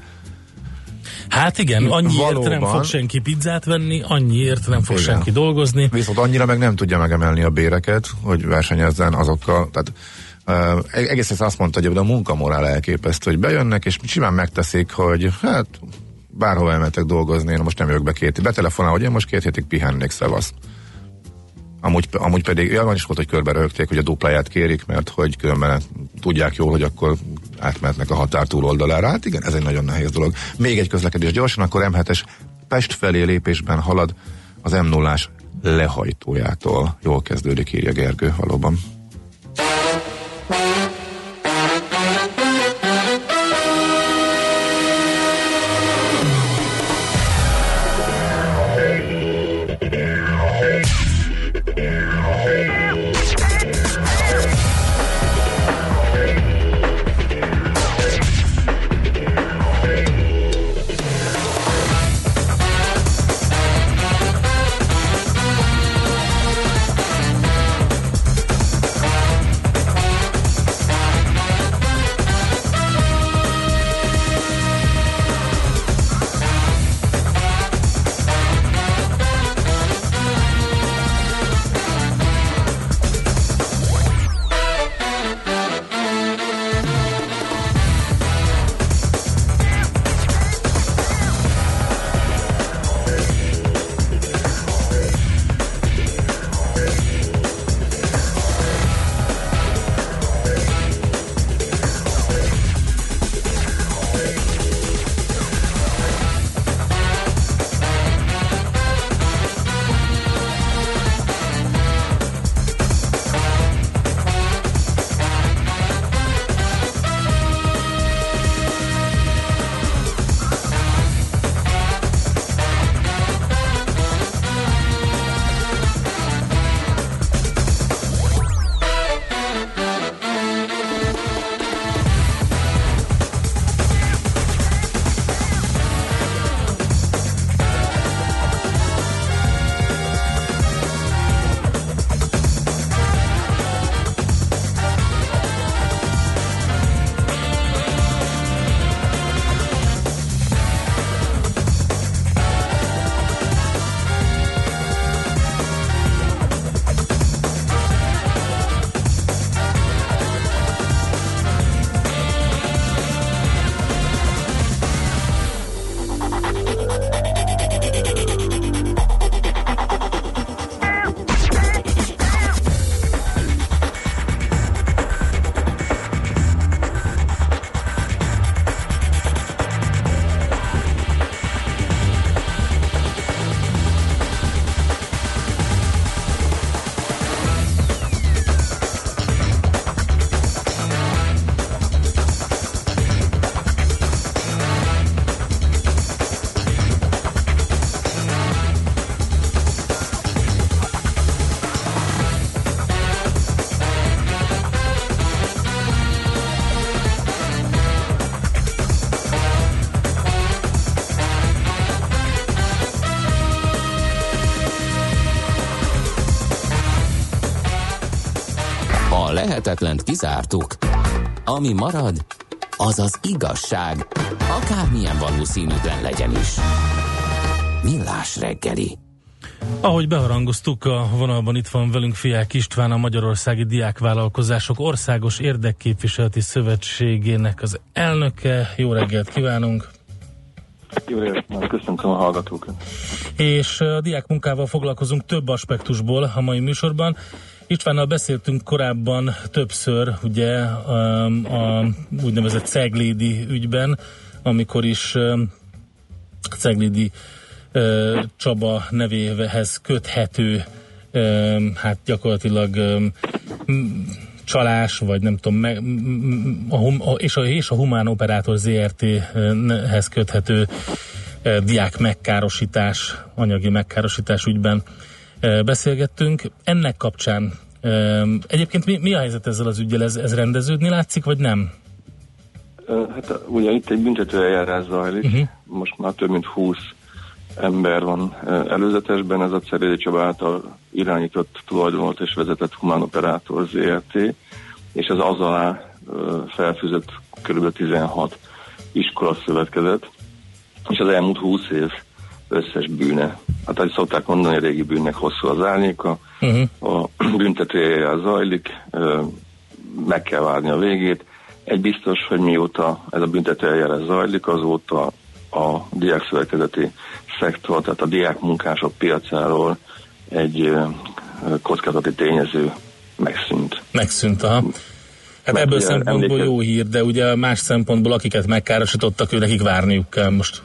Hát igen, annyiért nem fog senki pizzát venni, annyiért nem fog igen. senki dolgozni. Viszont annyira meg nem tudja megemelni a béreket, hogy versenyezzen azokkal, tehát Uh, egész azt mondta, hogy a munkamorál elképesztő, hogy bejönnek, és simán megteszik, hogy hát bárhol elmentek dolgozni, én most nem jövök be két, betelefonál, hogy én most két hétig pihennék, szevasz. Amúgy, amúgy pedig, ja, van is volt, hogy körbe rögték, hogy a dupláját kérik, mert hogy különben tudják jól, hogy akkor átmehetnek a határ túloldalára. Hát igen, ez egy nagyon nehéz dolog. Még egy közlekedés gyorsan, akkor em hetes Pest felé lépésben halad az em nullás lehajtójától. Jól kezdődik, írja Gergő, valóban. A lehetetlent kizártuk. Ami marad, az az igazság, akármilyen valószínűtlen legyen is. Millás reggeli. Ahogy beharangoztuk, a vonalban itt van velünk Fiák István, a Magyarországi Diákvállalkozások Országos Érdekképviseleti Szövetségének az elnöke. Jó reggelt kívánunk! Jó reggelt, köszöntöm a hallgatókat! És a diákmunkával foglalkozunk több aspektusból a mai műsorban. Istvánnal beszéltünk korábban többször, ugye a, a úgynevezett Ceglédi ügyben, amikor is Ceglédi Csaba nevéhez köthető, hát gyakorlatilag csalás, vagy nem tudom, a, és, a, és a Humán Operátor zé er té-hez köthető diák megkárosítás, anyagi megkárosítás ügyben beszélgettünk. Ennek kapcsán egyébként mi, mi a helyzet ezzel az üggyel? Ez, ez rendeződni látszik, vagy nem? Hát ugye itt egy büntető eljárás zajlik, uh-huh. Most már több mint húsz ember van előzetesben, ez a Ceglédi Csaba által irányított, tulajdonolt és vezetett Humán Operátor zé er té, és ez az alá felfűzött kb. tizenhat iskola szövetkezet, és az elmúlt húsz év összes bűne. Hát ahogy szokták mondani, a régi bűnnek hosszú az árnyéka, uh-huh. A büntető eljárás zajlik, meg kell várni a végét. Egy biztos, hogy mióta ez a büntető eljárás zajlik, azóta a diákszövetkezeti szektor, tehát a diákmunkások piacáról egy kockázati tényező megszűnt. Megszűnt, aha. Hát mert ebből szempontból emlékez... jó hír, de ugye más szempontból, akiket megkárosítottak, ő nekik várniuk kell most.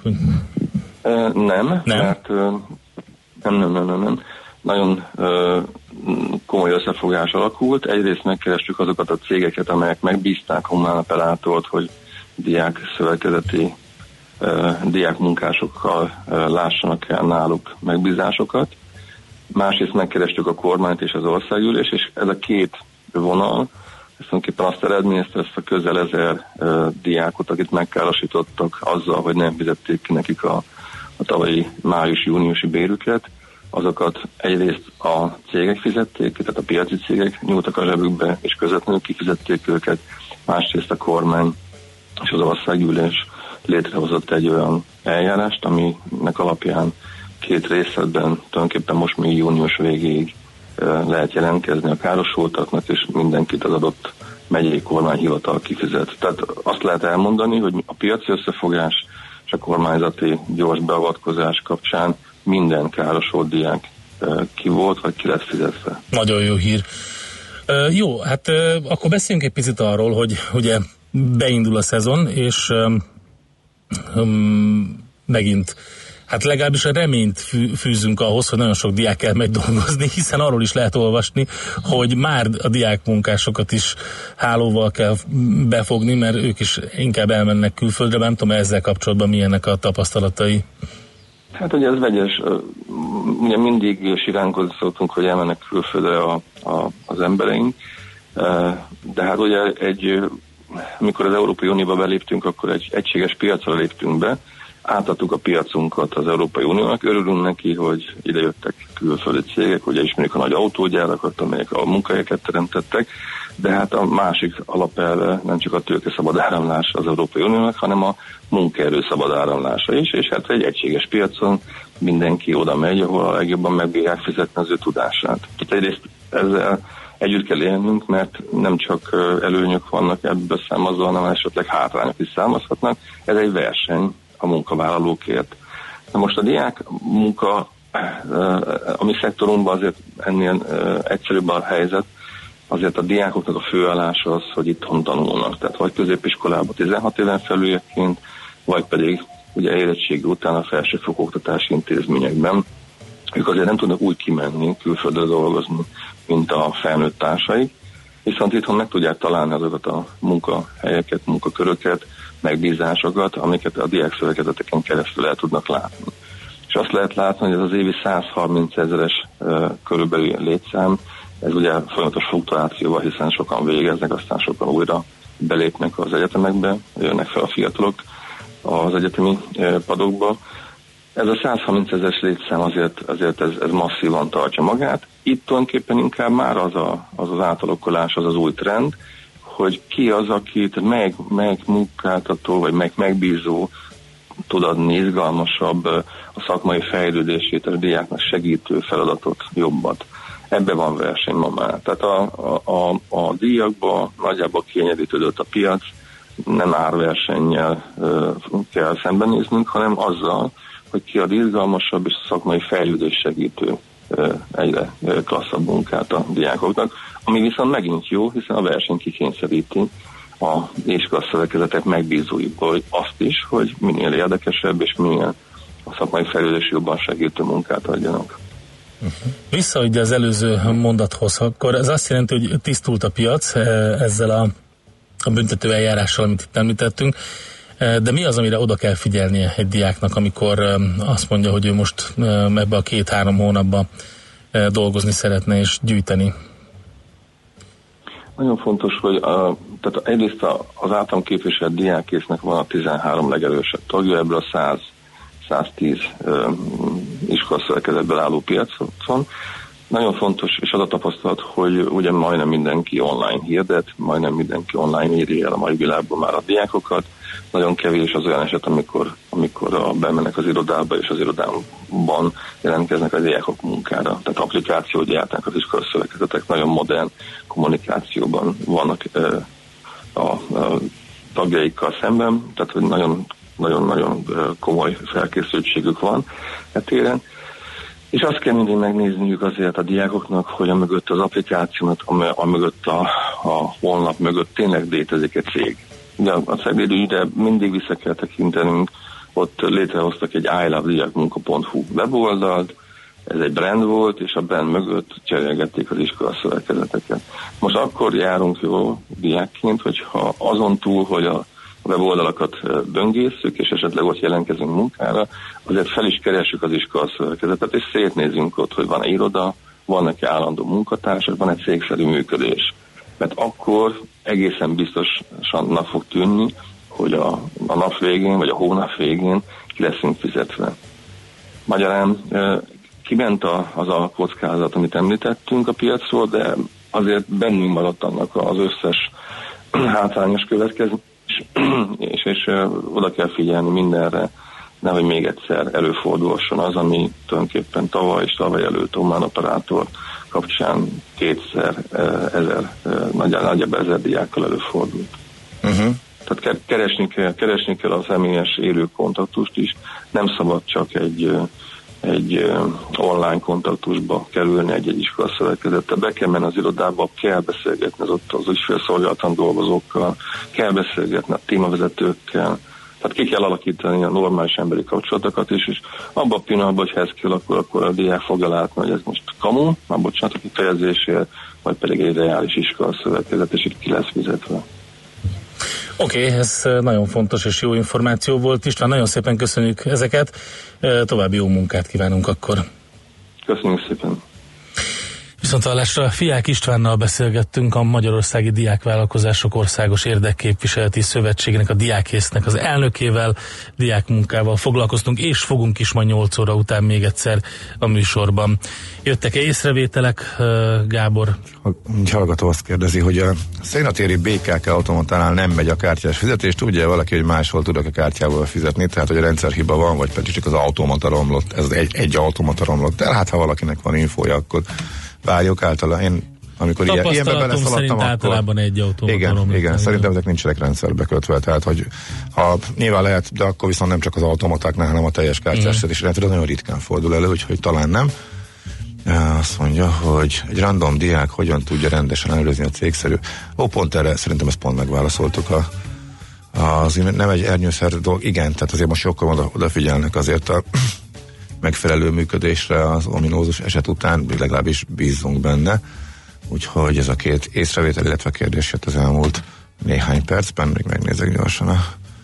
Nem, nem, mert nem, nem, nem, nem, nem. Nagyon uh, komoly összefogás alakult. Egyrészt megkerestük azokat a cégeket, amelyek megbízták a Humán Operátort, hogy diák szövetkezeti uh, diákmunkásokkal uh, lássanak el náluk megbízásokat. Másrészt megkerestük a kormányt és az országgyűlés, és ez a két vonal, ez tulajdonképpen azt eredményezte, ezt a közel ezer uh, diákot, akit megkárosítottak azzal, hogy nem fizették ki nekik a, a tavalyi május-júniusi bérüket, azokat egyrészt a cégek fizették, tehát a piaci cégek nyúltak a zsebükbe, és közvetlenül kifizették őket, másrészt a kormány és az országgyűlés létrehozott egy olyan eljárást, aminek alapján két részletben tulajdonképpen most még június végéig lehet jelentkezni a károsultaknak, és mindenkit az adott megyei kormányhivatal kifizet. Tehát azt lehet elmondani, hogy a piaci összefogás és a kormányzati gyors beavatkozás kapcsán minden károsult diák ki volt, vagy ki lett fizetve. Nagyon jó hír. Uh, jó, hát uh, akkor beszéljünk egy picit arról, hogy ugye beindul a szezon, és um, um, megint hát legalábbis a reményt fű, fűzünk ahhoz, hogy nagyon sok diák elmegy dolgozni, hiszen arról is lehet olvasni, hogy már a diákmunkásokat is hálóval kell befogni, mert ők is inkább elmennek külföldre, nem tudom, ezzel kapcsolatban milyenek a tapasztalatai. Hát ugye ez vegyes, ugye mindig siránkozni szoktunk, hogy elmennek külföldre a, a, az embereink, de hát ugye egy, amikor az Európai Unióba beléptünk, akkor egy egységes piacra léptünk be, átadtuk a piacunkat az Európai Uniónak, örülünk neki, hogy ide jöttek külföldi cégek, ugye ismerjük a nagy autógyárakat, amelyek a munkahelyeket teremtettek, de hát a másik alapelve nem csak a tőke szabad áramlás az Európai Uniónak, hanem a munkaerő szabad áramlása is, és hát egy egységes piacon mindenki oda megy, ahol a legjobban megbírják fizetni az ő tudását. Tehát egyrészt ezzel együtt kell élnünk, mert nem csak előnyök vannak ebből származva, hanem esetleg hátrányok is származhatnak. Ez egy verseny a munkavállalókért. Na most a diák munka, a mi szektorunkban azért ennél egyszerűbb a helyzet, azért a diákoknak a főállása az, hogy itthon tanulnak. Tehát vagy középiskolában tizenhat éven felüljeként, vagy pedig ugye érettségi után a felsőfokú oktatási intézményekben. Ők azért nem tudnak úgy kimenni, külföldre dolgozni, mint a felnőtt társaik, viszont itthon meg tudják találni azokat a munkahelyeket, munkaköröket, megbízásokat, amiket a diákszövetkezeteken keresztül el tudnak látni. És azt lehet látni, hogy ez az évi száz harminc ezeres uh, körülbelül létszám, ez ugye folyamatos fluktuációval, hiszen sokan végeznek, aztán sokan újra belépnek az egyetemekbe, jönnek fel a fiatalok az egyetemi uh, padokba. Ez a száz harminc ezeres létszám azért, azért ez, ez masszívan tartja magát. Itt tulajdonképpen inkább már az a, az, az átalakulás, az az új trend, hogy ki az, akit meg, meg munkáltató, vagy meg megbízó tud adni izgalmasabb, a szakmai fejlődését, a diáknak segítő feladatot, jobbat. Ebbe van verseny ma már. Tehát a, a, a, a díjakban nagyjából kiegyenlítődött a piac, nem árversennyel ö, kell szembenéznünk, hanem azzal, hogy ki ad izgalmasabb és szakmai fejlődés segítő ö, egyre ö, klasszabb munkát a diákoknak, ami viszont megint jó, hiszen a verseny kikényszeríti a iskolaszövetkezetek megbízóiból azt is, hogy minél érdekesebb és minél a szakmai fejlődés jobban segítő munkát adjanak. Uh-huh. Vissza ugye az előző mondathoz, akkor ez azt jelenti, hogy tisztult a piac ezzel a, a büntető eljárással, amit itt említettünk, de mi az, amire oda kell figyelnie egy diáknak, amikor azt mondja, hogy ő most ebbe a két-három hónapban dolgozni szeretne és gyűjteni? Nagyon fontos, hogy a, tehát egyrészt az általam képviselt diákésznek van a tizenhárom legerősebb tagja, ebből a száz-száztíz iskolaszövetkezetből álló piacon. Nagyon fontos, és az a tapasztalat, hogy ugye majdnem mindenki online hirdet, majdnem mindenki online írja el a mai világban már a diákokat. Nagyon kevés az olyan eset, amikor, amikor a, bemennek az irodába, és az irodában jelentkeznek a diákok munkára. Tehát applikációt gyártanak az iskolaszövetkezetek, nagyon modern kommunikációban vannak e, a, a tagjaikkal szemben, tehát hogy nagyon nagyon-nagyon komoly felkészültségük van e téren. És azt kell mindig megnézniük azért a diákoknak, hogy a mögött az applikációnak, a mögött a, a honlap mögött tényleg létezik egy cég. De a Ceglédügyre mindig vissza kell tekintenünk, ott létrehoztak egy i love diakmunka pont hu weboldalt, ez egy brand volt, és a brand mögött cserélgették az iskolaszövetkezeteket. Most akkor járunk jó diákként, hogyha azon túl, hogy a weboldalakat böngészünk, és esetleg ott jelentkezünk munkára, azért fel is keresjük az iskolaszövetkezetet, és szétnézünk ott, hogy van-e iroda, vannak-e állandó munkatársak, van egy cégszerű működés. Mert akkor egészen biztosan fog tűnni, hogy a, a nap végén, vagy a hónap végén ki leszünk fizetve. Magyarán kiment a, az a kockázat, amit említettünk a piacról, de azért bennünk maradt annak az összes hátrányos következmény, és, és uh, oda kell figyelni mindenre, nehogy még egyszer előfordulhasson az, ami tulajdonképpen tavaly és tavaly előtt Omán operátor kapcsán kétszer uh, ezer, uh, nagyjából ezer diákkal előfordult. Uh-huh. Tehát keresni kell, keresni kell a személyes élő kontaktust is, nem szabad csak egy uh, egy uh, online kontaktusba kerülni egy-egy iskolaszövetkezettel. Be kell menni az irodába, kell beszélgetni az ott az ügyfélszolgálatan dolgozókkal, kell beszélgetni a témavezetőkkel, tehát ki kell alakítani a normális emberi kapcsolatokat is, és abban a pillanatban, hogy ez kell, akkor, akkor a diák fogja látni, hogy ez most kamu, már bocsánat, a kifejezésért, vagy pedig egy reális iskolaszövetkezet, és itt ki lesz fizetve. Oké, okay, ez nagyon fontos és jó információ volt. István, nagyon szépen köszönjük ezeket. További jó munkát kívánunk akkor. Köszönjük szépen. Viszonthallásra Fiák Istvánnal beszélgettünk, a Magyarországi Diákvállalkozások Országos Érdekképviseleti Szövetségének, a Diákésznek az elnökével, diákmunkával foglalkoztunk, és fogunk is ma nyolc óra után még egyszer a műsorban. Jöttek-e észrevételek, Gábor? A hallgató azt kérdezi, hogy a Szénatéri bé ká ká automatánál nem megy a kártyás fizetés, tudja valaki, hogy máshol tudok a kártyával fizetni, tehát hogy a rendszerhiba van, vagy pedig csak az automata romlott, ez egy, egy automata romlott el, hát ha valakinek van infója, akkor várjuk általában. Én amikor ilyen, ilyenbe beleszaladtam, akkor... általában egy automata igen, romlott. igen, szerintem ezek nincsenek rendszerbe kötve, tehát hogy ha nyilván lehet, de akkor viszont nem csak az automatáknál, hanem a teljes kártyás fizetés rendszerre nagyon ritkán fordul elő, úgyhogy talán nem. Azt mondja, hogy egy random diák hogyan tudja rendesen ellenőrizni a cégszerű. Ó, pont erre szerintem ezt pont megválaszoltuk a, az nem egy ernyőszer dolog. Igen, tehát azért most sokkal oda, odafigyelnek azért a megfelelő működésre az ominózus eset után, legalábbis bízunk benne. Úgyhogy ez a két észrevétel, illetve kérdés jött az elmúlt néhány percben, még megnézek gyorsan a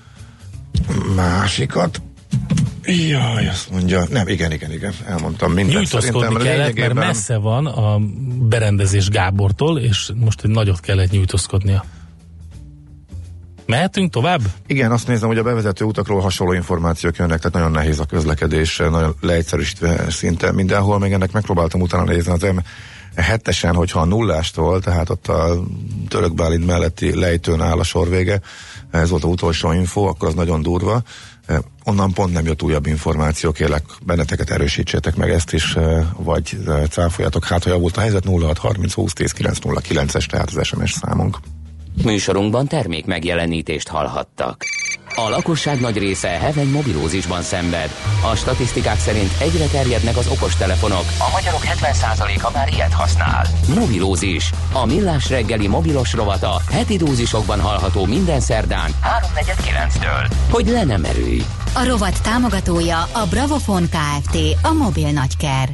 másikat. Jaj, azt mondja, nem, igen, igen, igen, elmondtam mindent. Nyújtózkodni kellett, lényegében... mert messze van a berendezés Gábortól, és most egy nagyot kellett nyújtózkodnia. Mehetünk tovább? Igen, azt nézem, hogy a bevezető utakról hasonló információk jönnek, tehát nagyon nehéz a közlekedés, nagyon leegyszerűsítve szinte mindenhol, még ennek megpróbáltam utána nézni az em hetesen, hogyha a nullástól, tehát ott a Török Bálint melletti lejtőn áll a sor vége, ez volt az utolsó info, akkor az nagyon durva. Onnan pont nem jött újabb információ, kérlek benneteket erősítsétek meg ezt is, vagy cáfoljatok, hát ha javult a helyzet. Nulla hat harminc húsz tíz kilenc nulla kilences, tehát az es em es számunk. Műsorunkban termék megjelenítést hallhattak. A lakosság nagy része heveny mobilózisban szenved. A statisztikák szerint egyre terjednek az okostelefonok. A magyarok hetven százaléka már ilyet használ. Mobilózis. A Millás reggeli mobilos rovata heti dózisokban hallható minden szerdán háromnegyed kilenctől. Hogy le nem erőj. A rovat támogatója a Bravofon Kft. A mobil nagyker.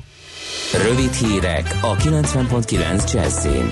Rövid hírek a kilencven pont kilenc Jazzin.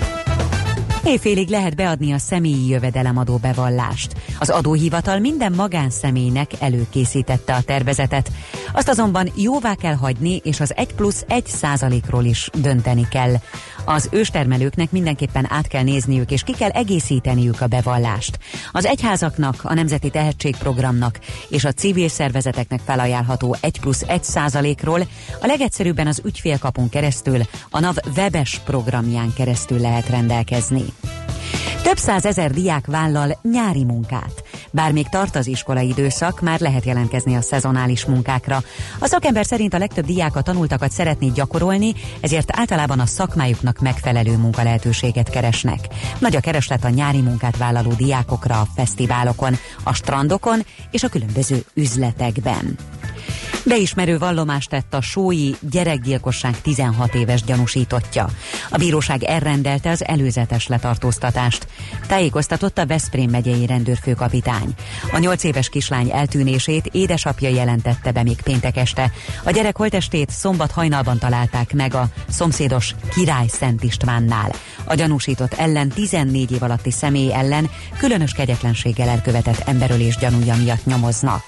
Éjfélig lehet beadni a személyi jövedelemadó bevallást. Az adóhivatal minden magánszemélynek előkészítette a tervezetet. Azt azonban jóvá kell hagyni, és az egy plusz egy százalékról is dönteni kell. Az őstermelőknek mindenképpen át kell nézniük, és ki kell egészíteniük a bevallást. Az egyházaknak, a Nemzeti Tehetségprogramnak és a civil szervezeteknek felajánlható egy plusz egy százalékról a legegyszerűbben az ügyfélkapun keresztül, a NAV webes programján keresztül lehet rendelkezni. Több százezer diák vállal nyári munkát. Bár még tart az iskolai időszak, már lehet jelentkezni a szezonális munkákra. A szakember szerint a legtöbb diák a tanultakat szeretné gyakorolni, ezért általában a szakmájuknak megfelelő munkalehetőséget keresnek. Nagy a kereslet a nyári munkát vállaló diákokra a fesztiválokon, a strandokon és a különböző üzletekben. Beismerő vallomást tett a sói gyerekgyilkosság tizenhat éves gyanúsítottja. A bíróság elrendelte az előzetes letartóztatást. Tájékoztatott a Veszprém megyei rendőrfőkapitány. A nyolc éves kislány eltűnését édesapja jelentette be még péntek este. A gyerek holttestét szombat hajnalban találták meg a szomszédos Király Szent Istvánnál. A gyanúsított ellen tizennégy év alatti személy ellen különös kegyetlenséggel elkövetett emberölés gyanúja miatt nyomoznak.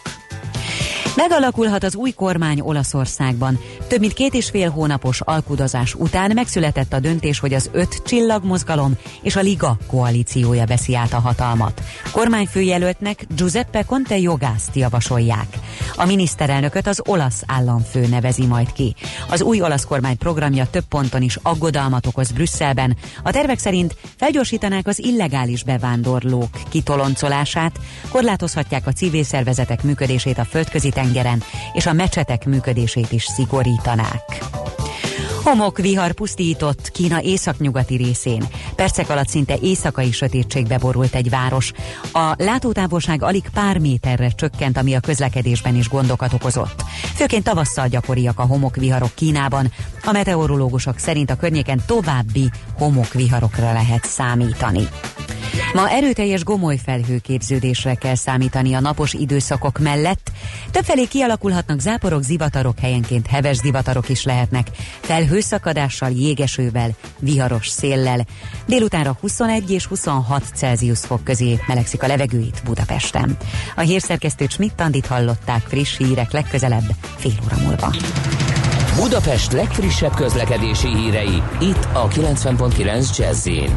Megalakulhat az új kormány Olaszországban. Több mint két és fél hónapos alkudozás után megszületett a döntés, hogy az öt csillagmozgalom és a Liga koalíciója veszi át a hatalmat. Kormányfőjelöltnek Giuseppe Conte jogászt javasolják. A miniszterelnököt az olasz államfő nevezi majd ki. Az új olasz kormány programja több ponton is aggodalmat okoz Brüsszelben. A tervek szerint felgyorsítanák az illegális bevándorlók kitoloncolását, korlátozhatják a civil szervezetek működését a földközi tengeren, és a mecsetek működését is szigorítanák. Homokvihar pusztított Kína északnyugati részén. Percek alatt szinte éjszakai sötétségbe borult egy város. A látótávolság alig pár méterre csökkent, ami a közlekedésben is gondokat okozott. Főként tavasszal gyakoriak a homokviharok Kínában. A meteorológusok szerint a környéken további homokviharokra lehet számítani. Ma erőteljes gomoly felhőképződésre kell számítani a napos időszakok mellett. Többfelé kialakulhatnak záporok, zivatarok, helyenként heves zivatarok is lehetnek. Felhőszakadással, jégesővel, viharos széllel. Délutánra huszonegy és huszonhat Celsius fok közé melegszik a levegő itt Budapesten. A hírszerkesztő Schmidt-Tandit hallották, friss hírek legközelebb fél óra múlva. Budapest legfrissebb közlekedési hírei itt a kilencven pont kilenc Jazz-in.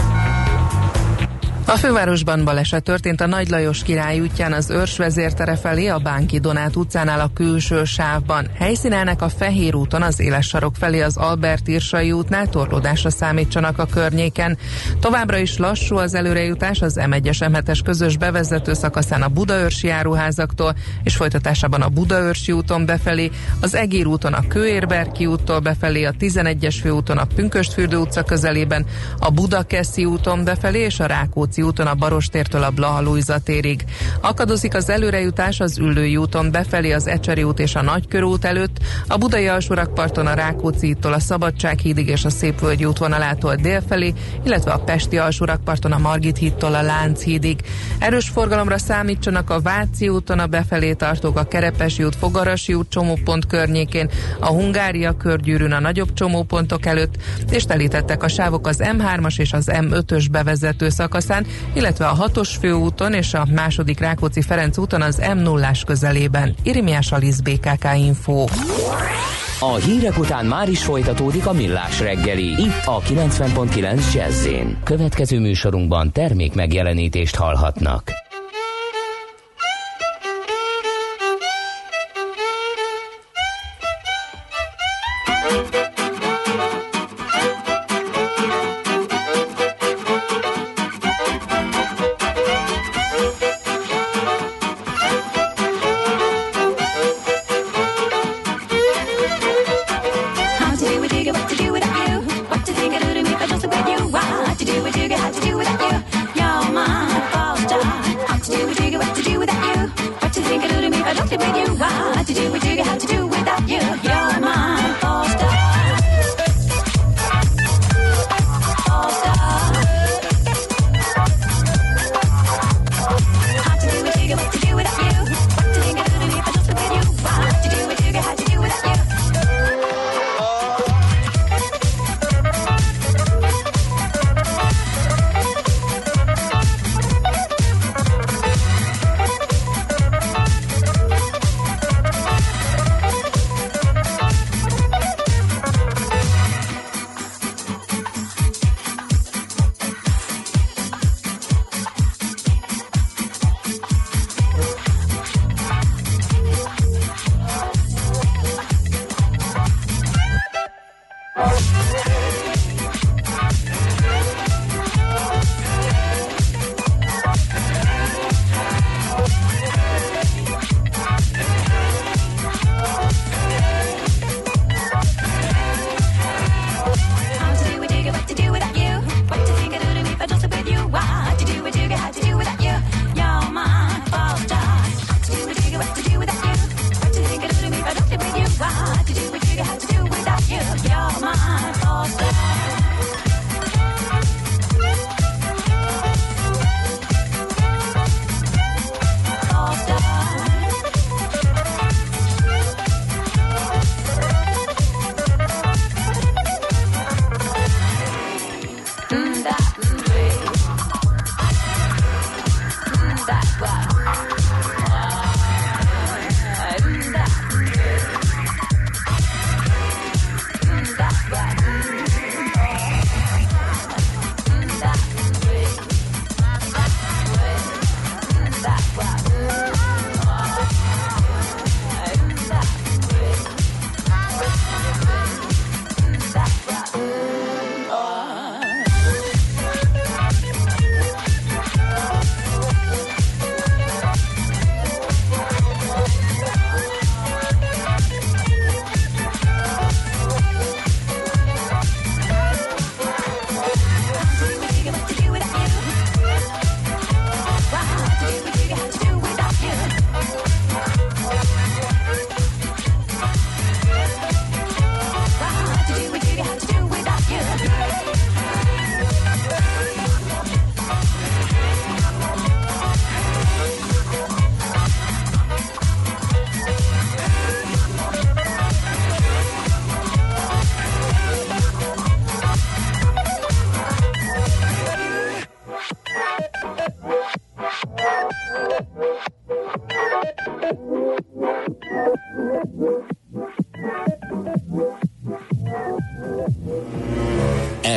A fővárosban baleset történt a Nagy Lajos Király útján az Őrs vezértere felé a Bánki Donát utcánál a külső sávban. Helyszínelnek a Fehér úton az Éles sarok felé az Albert Irsai útnál, torlódásra számítsanak a környéken. Továbbra is lassú az előrejutás az em egyes em hetes közös bevezető szakaszán a budaörsi járóházaktól, és folytatásában a Budaörsi úton befelé, az Egér úton a Kőérberki úttól befelé, a tizenegyes főúton a Pünkösdfürdő utca közelében, a Budakeszi úton befelé és a Rákóczi úton a Barostértől a Blaha Lujza térig. Akadozik az előrejutás az Üllői úton befelé az Ecseri út és a Nagykörút előtt, a Budai alsórakparton a Rákóczi-tól a Szabadsághídig és a Szépvölgyi útvonalától délfelé, illetve a Pesti alsórakparton a Margit hídtól a Lánchídig. Erős forgalomra számítsanak a Váci úton a befelé tartók, a Kerepesi út, Fogarasi út csomópont környékén, a Hungária körgyűrűn a nagyobb csomópontok előtt, és telítettek a sávok az em hármas és az em ötös bevezető szakaszán, illetve a hatos főúton és a második Rákóczi-Ferenc úton az em nullás közelében. Irimiás Alisz, bé ká ká Info. A hírek után már is folytatódik a Millás reggeli, itt a kilencven pont kilenc Jazz-én. Következő műsorunkban termék megjelenítést hallhatnak.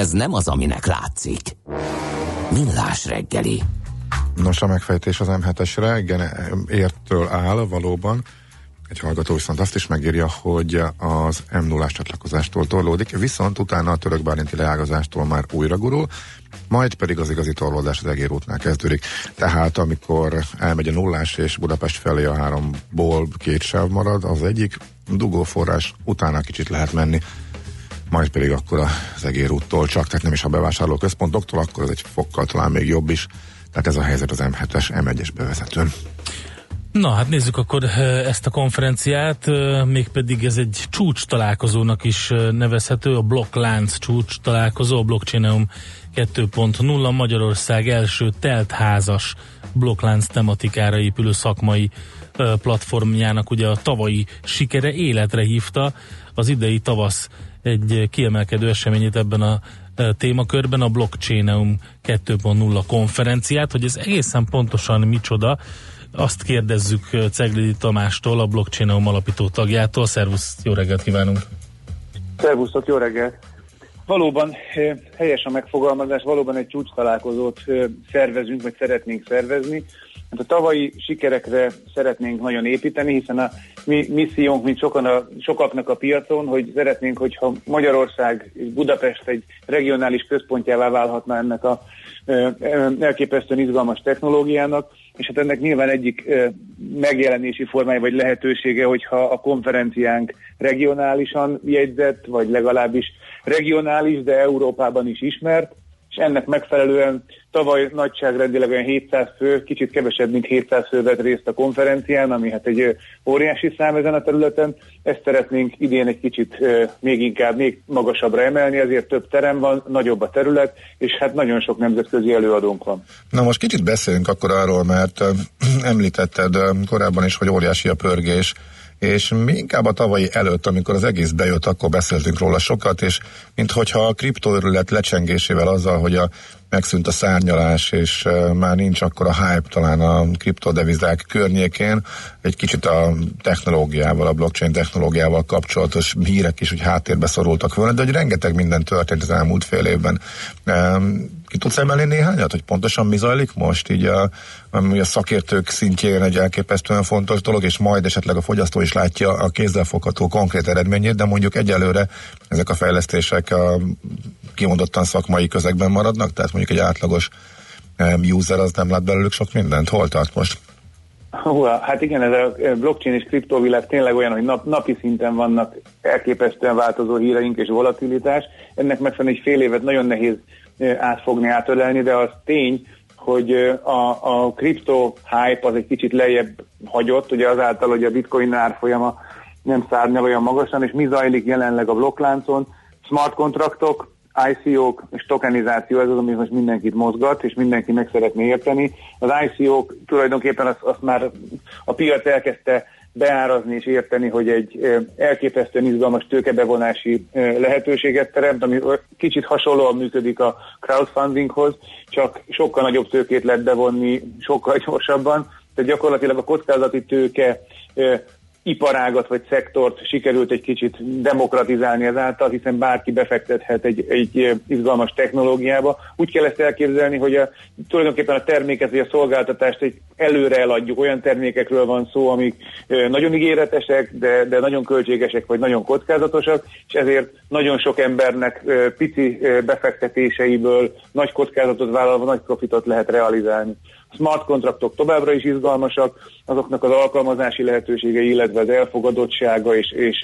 ez nem az, aminek látszik. Millás reggeli. Nos, a megfejtés az em hetesre értől áll valóban. Egy hallgató viszont azt is megírja, hogy az em nullás csatlakozástól torlódik, viszont utána a török bálinti leágazástól már újra gurul, majd pedig az igazi torlódás az Egér útnál kezdődik. Tehát amikor elmegy a nullás és Budapest felé a háromból két sáv marad, az egyik dugóforrás, utána kicsit lehet menni, majd pedig akkor az Egér úttól csak, tehát nem is a bevásárló központoktól, akkor ez egy fokkal talán még jobb is. Tehát ez a helyzet az em hetes, em egyes bevezetőn. Na, hát nézzük akkor ezt a konferenciát, mégpedig ez egy csúcs találkozónak is nevezhető, a blokklánc csúcs találkozó, a Blockchaineum kettő pont nulla, Magyarország első teltházas blokklánc tematikára épülő szakmai platformjának ugye a tavalyi sikere életre hívta az idei tavasz egy kiemelkedő eseményét ebben a témakörben, a Blockchaineum kettő pont nulla konferenciát, hogy ez egészen pontosan micsoda, azt kérdezzük Ceglidi Tamástól, a Blockchaineum alapító tagjától. Szervusz, jó reggelt kívánunk! Szervusztok, jó reggelt! Valóban helyes a megfogalmazás, valóban egy csúcs találkozót szervezünk, vagy szeretnénk szervezni. Hát a tavalyi sikerekre szeretnénk nagyon építeni, hiszen a mi missziónk, mint sokan a, sokaknak a piacon, hogy szeretnénk, hogyha Magyarország és Budapest egy regionális központjává válhatna ennek a elképesztően izgalmas technológiának, és hát ennek nyilván egyik megjelenési formája vagy lehetősége, hogyha a konferenciánk regionálisan jegyzett, vagy legalábbis regionális, de Európában is ismert, és ennek megfelelően tavaly nagyságrendileg olyan hétszáz fő, kicsit kevesebb, mint hétszáz fő vett részt a konferencián, ami hát egy óriási szám ezen a területen. Ezt szeretnénk idén egy kicsit még inkább, még magasabbra emelni, ezért több terem van, nagyobb a terület, és hát nagyon sok nemzetközi előadónk van. Na most kicsit beszéljünk akkor arról, mert említetted korábban is, hogy óriási a pörgés, és mi inkább a tavalyi előtt, amikor az egész bejött, akkor beszéltünk róla sokat, és minthogyha a kriptoőrület lecsengésével azzal, hogy a, megszűnt a szárnyalás, és uh, már nincs akkor a hype talán a kriptodevizák környékén, egy kicsit a technológiával, a blockchain technológiával kapcsolatos hírek is úgy háttérbe szorultak volna, de hogy rengeteg minden történt az elmúlt fél évben. Um, ki tudsz emelni néhányat, hogy pontosan mi zajlik most, így a, a szakértők szintjén egy elképesztően fontos dolog, és majd esetleg a fogyasztó is látja a kézzelfogható konkrét eredményét, de mondjuk egyelőre ezek a fejlesztések a kimondottan szakmai közegben maradnak, tehát mondjuk egy átlagos user az nem lát belőlük sok mindent. Hol tart most? Hú, hát igen, ez a blockchain és kriptovilág tényleg olyan, hogy nap, napi szinten vannak elképesztően változó híreink és volatilitás. Ennek megfelelően egy fél évet nagyon nehéz átfogni, átölelni, de az tény, hogy a, a kripto hype az egy kicsit lejjebb hagyott, ugye azáltal, hogy a bitcoin árfolyama nem szárnyal olyan magasan, és mi zajlik jelenleg a blokkláncon? Smart kontraktok, I C O-k és tokenizáció, ez az, ami most mindenkit mozgat, és mindenki meg szeretné érteni. Az I C O-k tulajdonképpen azt, azt már a piac elkezdte beárazni és érteni, hogy egy elképesztően izgalmas tőkebevonási lehetőséget teremt, ami kicsit hasonlóan működik a crowdfundinghoz, csak sokkal nagyobb tőkét lehet bevonni, sokkal gyorsabban, tehát gyakorlatilag a kockázati tőke iparágat vagy szektort sikerült egy kicsit demokratizálni ezáltal, hiszen bárki befektethet egy, egy izgalmas technológiába. Úgy kell ezt elképzelni, hogy a, tulajdonképpen a terméket vagy a szolgáltatást egy előre eladjuk. Olyan termékekről van szó, amik nagyon ígéretesek, de, de nagyon költségesek vagy nagyon kockázatosak, és ezért nagyon sok embernek pici befektetéseiből nagy kockázatot vállalva nagy profitot lehet realizálni. A smart kontraktok továbbra is izgalmasak, azoknak az alkalmazási lehetőségei, illetve az elfogadottsága és, és,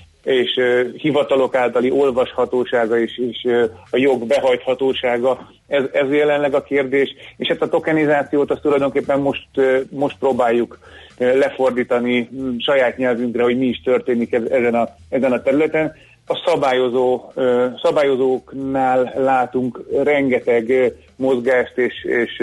és hivatalok általi olvashatósága és, és a jog behajthatósága, ez, ez jelenleg a kérdés, és ezt a tokenizációt azt tulajdonképpen most, most próbáljuk lefordítani saját nyelvünkre, hogy mi is történik ezen a, ezen a területen. A szabályozó, szabályozóknál látunk rengeteg mozgást és, és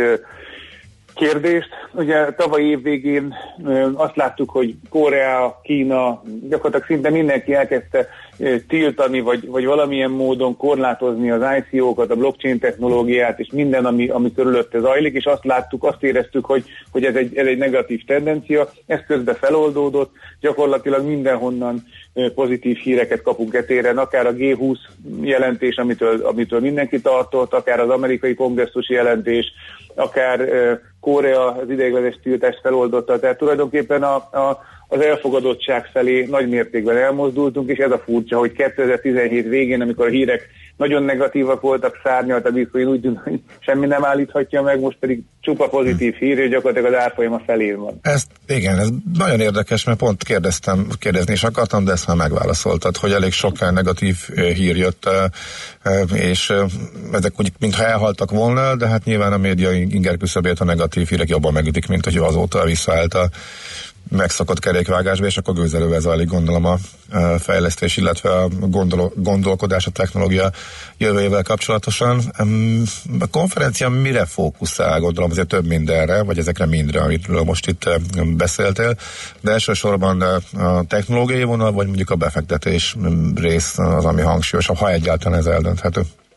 kérdést. Ugye tavaly év végén azt láttuk, hogy Korea, Kína, gyakorlatilag szinte mindenki elkezdte tiltani, vagy, vagy valamilyen módon korlátozni az I C O-kat, a blockchain technológiát, és minden, ami, ami körülötte zajlik, és azt láttuk, azt éreztük, hogy, hogy ez, egy, ez egy negatív tendencia, ez közben feloldódott, gyakorlatilag mindenhonnan pozitív híreket kapunk etéren, akár a G húsz jelentés, amitől, amitől mindenki tartott, akár az amerikai kongresszusi jelentés, akár uh, Korea az ideiglenes tiltást feloldotta, tehát tulajdonképpen a, a, az elfogadottság felé nagy mértékben elmozdultunk, és ez a furcsa, hogy kétezer-tizenhét végén, amikor a hírek nagyon negatívak voltak, szárnyalt a bitcoin, úgy tűnt, hogy semmi nem állíthatja meg, most pedig csupa pozitív hír, és gyakorlatilag az árfolyam a felén van. Ezt, igen, ez nagyon érdekes, mert pont kérdeztem, kérdezni is akartam, de ezt már megválaszoltad, hogy elég sok negatív hír jött, és ezek úgy, mintha elhaltak volna, de hát nyilván a média inger küszöbét a negatív hírek jobban megütik, mint hogy azóta visszaállt a megszokott kerékvágásba, és akkor gőzelővel zajlik, gondolom, a fejlesztés, illetve a gondol- gondolkodás, a technológia jövőjével kapcsolatosan. A konferencia mire fókuszál? Gondolom azért több mindenre, vagy ezekre mindre, amitről most itt beszéltél, de elsősorban a technológiai vonal, vagy mondjuk a befektetés rész az, ami hangsúlyosabb, ha egyáltalán ez eldönthető.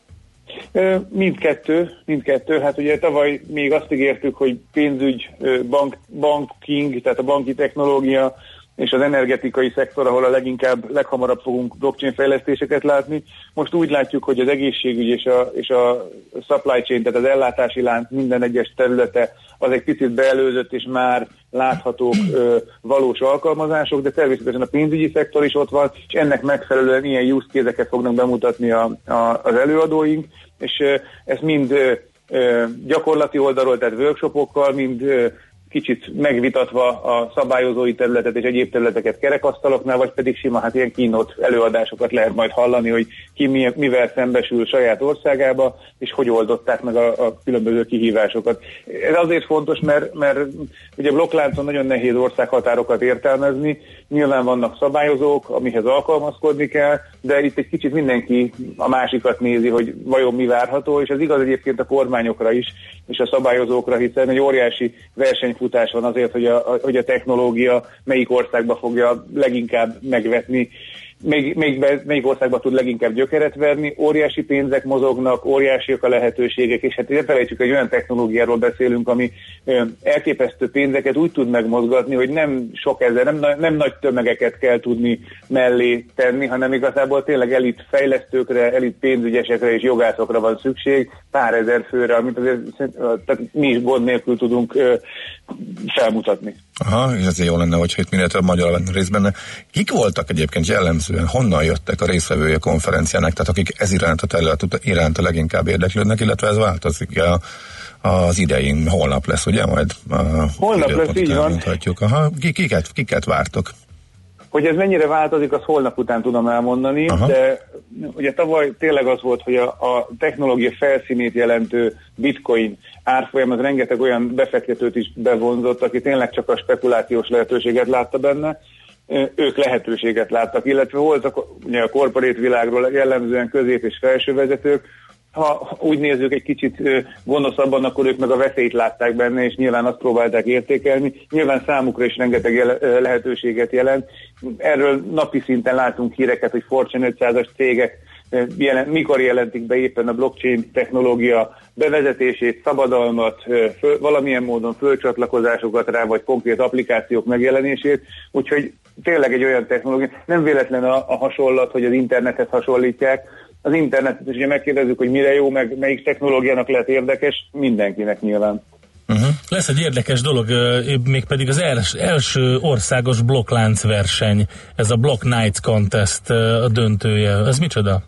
Mindkettő, mindkettő. Hát ugye tavaly még azt ígértük, hogy pénzügy, bank, banking, tehát a banki technológia és az energetikai szektor, ahol a leginkább, leghamarabb fogunk blockchain fejlesztéseket látni. Most úgy látjuk, hogy az egészségügy és a, és a supply chain, tehát az ellátási lánc minden egyes területe az egy picit beelőzött, és már láthatók ö, valós alkalmazások, de természetesen a pénzügyi szektor is ott van, és ennek megfelelően ilyen use case-eket fognak bemutatni a, a, az előadóink, és ö, ez mind ö, ö, gyakorlati oldalról, tehát workshopokkal, mind ö, kicsit megvitatva a szabályozói területet és egyéb területeket kerekasztaloknál, vagy pedig sima, hát ilyen keynote előadásokat lehet majd hallani, hogy ki mi, mivel szembesül saját országába, és hogy oldották meg a, a különböző kihívásokat. Ez azért fontos, mert, mert ugye blokkláncon nagyon nehéz országhatárokat értelmezni, nyilván vannak szabályozók, amihez alkalmazkodni kell, de itt egy kicsit mindenki a másikat nézi, hogy vajon mi várható, és ez igaz egyébként a kormányokra is, és a szabályozókra, hiszen egy óriási versenyfutás van azért, hogy a, a, hogy a technológia melyik országba fogja leginkább megvetni, még, még be, melyik országba tud leginkább gyökeret verni, óriási pénzek mozognak, óriásiak a lehetőségek, és hát ne felejtsük, egy olyan technológiáról beszélünk, ami ö, elképesztő pénzeket úgy tud megmozgatni, hogy nem sok ezer, nem, nem nagy tömegeket kell tudni mellé tenni, hanem igazából tényleg elit fejlesztőkre, elit pénzügyesekre és jogászokra van szükség, pár ezer főre, amit azért tehát mi is gond nélkül tudunk ö, felmutatni. Aha, és ezért jó lenne, hogyha itt minél több magyar lenne rész benne. Kik voltak egyébként jellemzően, honnan jöttek a résztvevői a konferenciának, tehát akik ez iránt a terület iránt a leginkább érdeklődnek, illetve ez változik a, az idején, holnap lesz, ugye majd? A holnap lesz, így van. Aha, kiket, kiket vártok? Hogy ez mennyire változik, azt holnap után tudom elmondani, aha, de ugye tavaly tényleg az volt, hogy a, a technológia felszínét jelentő bitcoin árfolyam, az rengeteg olyan befektetőt is bevonzott, aki tényleg csak a spekulációs lehetőséget látta benne, ők lehetőséget láttak, illetve voltak ugye a korporét világról jellemzően közép- és felső vezetők, ha úgy nézzük egy kicsit gonoszabban, akkor ők meg a veszélyt látták benne, és nyilván azt próbálták értékelni. Nyilván számukra is rengeteg jel- lehetőséget jelent. Erről napi szinten látunk híreket, hogy Fortune ötszázas cégek jelen, mikor jelentik be éppen a blockchain technológia bevezetését, szabadalmat, föl, valamilyen módon fölcsatlakozásokat rá, vagy konkrét applikációk megjelenését. Úgyhogy tényleg egy olyan technológia. Nem véletlen a, a hasonlat, hogy az internethez hasonlítják. Az internetet is ugye megkérdezzük, hogy mire jó, meg melyik technológiának lehet érdekes, mindenkinek nyilván. Uh-huh. Lesz egy érdekes dolog, mégpedig az els, első országos blokklánc verseny, ez a Block Nights Contest a döntője. Ez micsoda?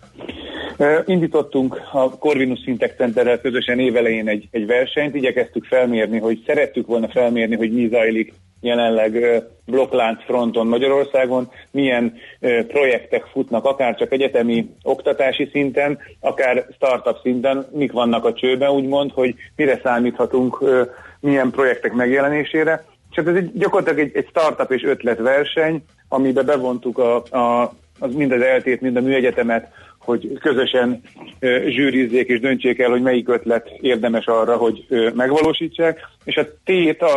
Indítottunk a Corvinus Fintech Centerrel közösen évelején egy, egy versenyt, igyekeztük felmérni, hogy szerettük volna felmérni, hogy mi zajlik jelenleg blokklánc fronton Magyarországon, milyen projektek futnak, akár csak egyetemi oktatási szinten, akár startup szinten, mik vannak a csőben, úgymond, hogy mire számíthatunk, milyen projektek megjelenésére. És ez egy, gyakorlatilag egy, egy startup és ötletverseny, amiben bevontuk a, a, az mind az é té-t, mind a műegyetemet, hogy közösen uh, zsűrizzék és döntsék el, hogy melyik ötlet érdemes arra, hogy uh, megvalósítsák. És a tét az,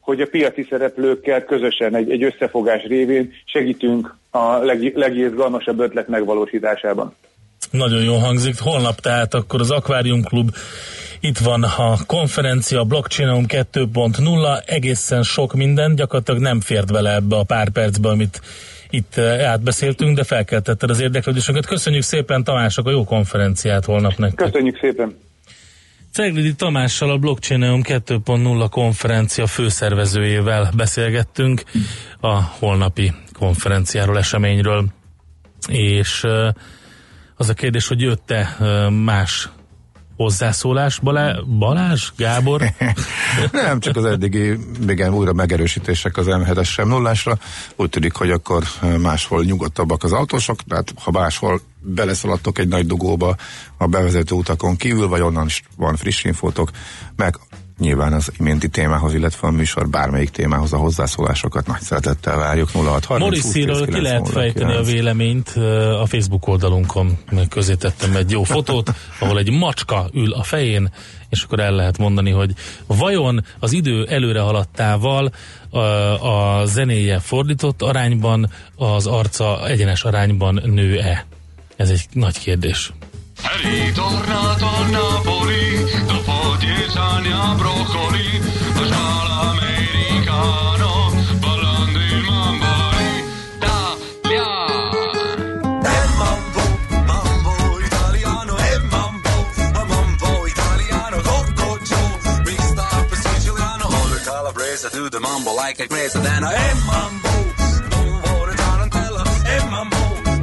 hogy a piaci szereplőkkel közösen egy, egy összefogás révén segítünk a leg, legizgalmasabb ötlet megvalósításában. Nagyon jó hangzik. Holnap tehát akkor az Aquarium Klub, itt van a konferencia, Blockchain kettő pont nulla, egészen sok minden, gyakorlatilag nem fért bele ebbe a pár percbe, amit itt átbeszéltünk, de felkeltetted az érdeklődésünket. Köszönjük szépen, Tamások, a jó konferenciát holnap nektek. Köszönjük szépen. Ceglidi Tamással, a Blockchain kettő pont nulla konferencia főszervezőjével beszélgettünk a holnapi konferenciáról, eseményről, és az a kérdés, hogy jött-e más hozzászólás? Balá, Balázs? Gábor? Nem, csak az eddigi igen, újra megerősítések az em hetes sem nullásra. Úgy tűnik, hogy akkor máshol nyugodtabbak az autósok, tehát ha máshol beleszaladtok egy nagy dugóba a bevezető utakon kívül, vagy onnan is van friss infótok, meg nyilván az iménti témához, illetve a műsor bármelyik témához a hozzászólásokat nagy szeretettel várjuk. nulla hat harminc Morrissey-ről ki lehet fejteni a véleményt a Facebook oldalunkon, meg közé tettem egy jó fotót, ahol egy macska ül a fején, és akkor el lehet mondani, hogy vajon az idő előre haladtával a, a zenéje fordított arányban, az arca egyenes arányban nő-e? Ez egy nagy kérdés. Ritornato a Napoli, dopo dieci anni a broccoli, la scala americano, ballando il mamboli, Italia. E mambo, mambo italiano, e mambo, a mambo italiano, Coco Joe, mixed up with Siciliano, all the Calabrese do the mambo like a crazy, then e mambo, non vuole tarantella, e mambo.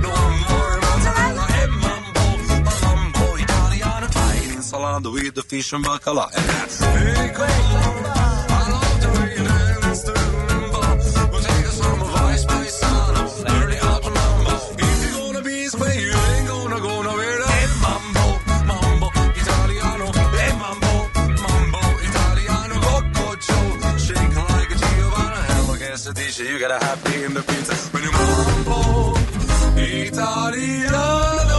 Salando with the fish and bacala, and that's very cool. I love the way you dance to rumba. We'll take us some of ice by sun, early out to mambo. If you're gonna be square, you ain't gonna go nowhere. Hey mambo, mambo italiano. Hey mambo, mambo italiano. Coco Joe, shaking like a Giovanna. Hell against the dish, you gotta have me in the pizza. When you mambo italiano.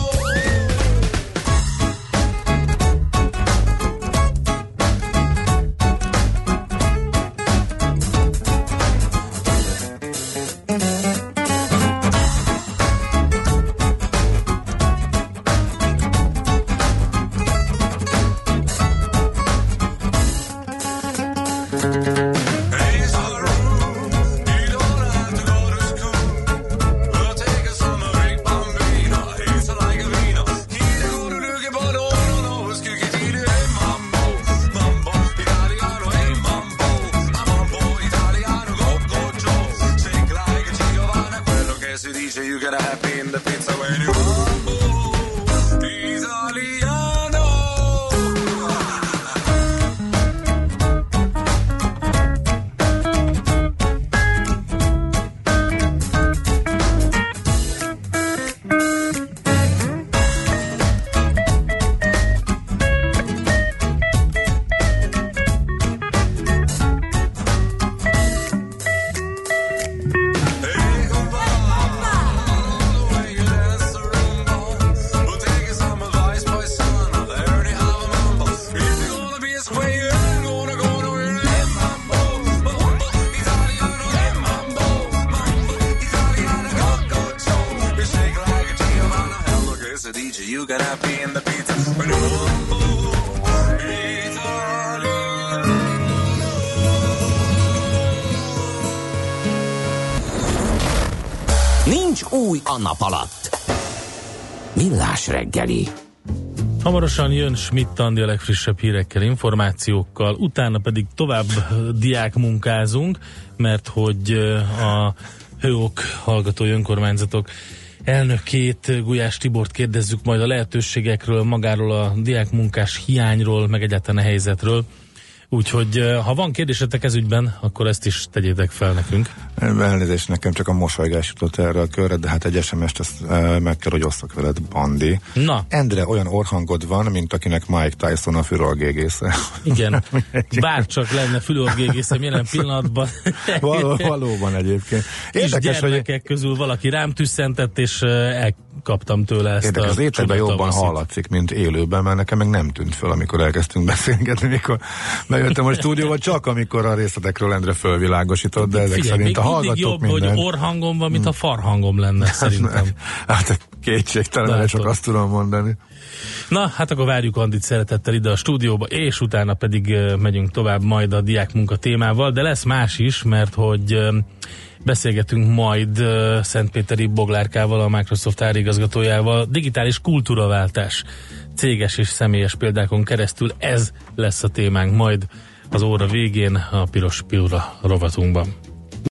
Új a nap alatt. Millás reggeli. Hamarosan jön Schmidt Andi a legfrissebb hírekkel, információkkal, utána pedig tovább diákmunkázunk, mert hogy a hőok hallgatói önkormányzatok elnökét, Gulyás Tibort kérdezzük majd a lehetőségekről, magáról a diákmunkás hiányról, meg egyáltalán a helyzetről. Úgyhogy ha van kérdésetek ez ügyben, akkor ezt is tegyétek fel nekünk. Elnézést, nekem csak a mosolygás jutott erre a körre, de hát egy es em est ezt e, meg kell, hogy osztak veled, Bandi. Na. Endre, olyan orhangod van, mint akinek Mike Tyson a fülorgégésze. Igen, bárcsak lenne fülorgégészem jelen pillanatban. Való, valóban egyébként. Érdekes, hogy gyermekek közül valaki rám tüsszentett, és elkaptam tőle ezt. Érdekes, a az ételben jobban tavaszit. hallatszik, mint élőben, mert nekem meg nem tűnt föl, amikor elkezdtünk beszélgetni, mikor bejöttem a stúdióba, csak amikor a részletekről Endre fölvilágosított, de ezek Figyelj, szerint a még hallgatók jobb, minden... hogy orrhangom van, mint a farhangom lenne, szerintem. Hát kétségtelen, csak azt tudom mondani. Na, hát akkor várjuk Andit szeretettel ide a stúdióba, és utána pedig megyünk tovább majd a diákmunka témával, de lesz más is, mert hogy beszélgetünk majd Szentpéteri Boglárkával, a Microsoft árigazgatójával, digitális kultúraváltás, céges és személyes példákon keresztül, ez lesz a témánk majd az óra végén a Piros Pilura rovatunkban.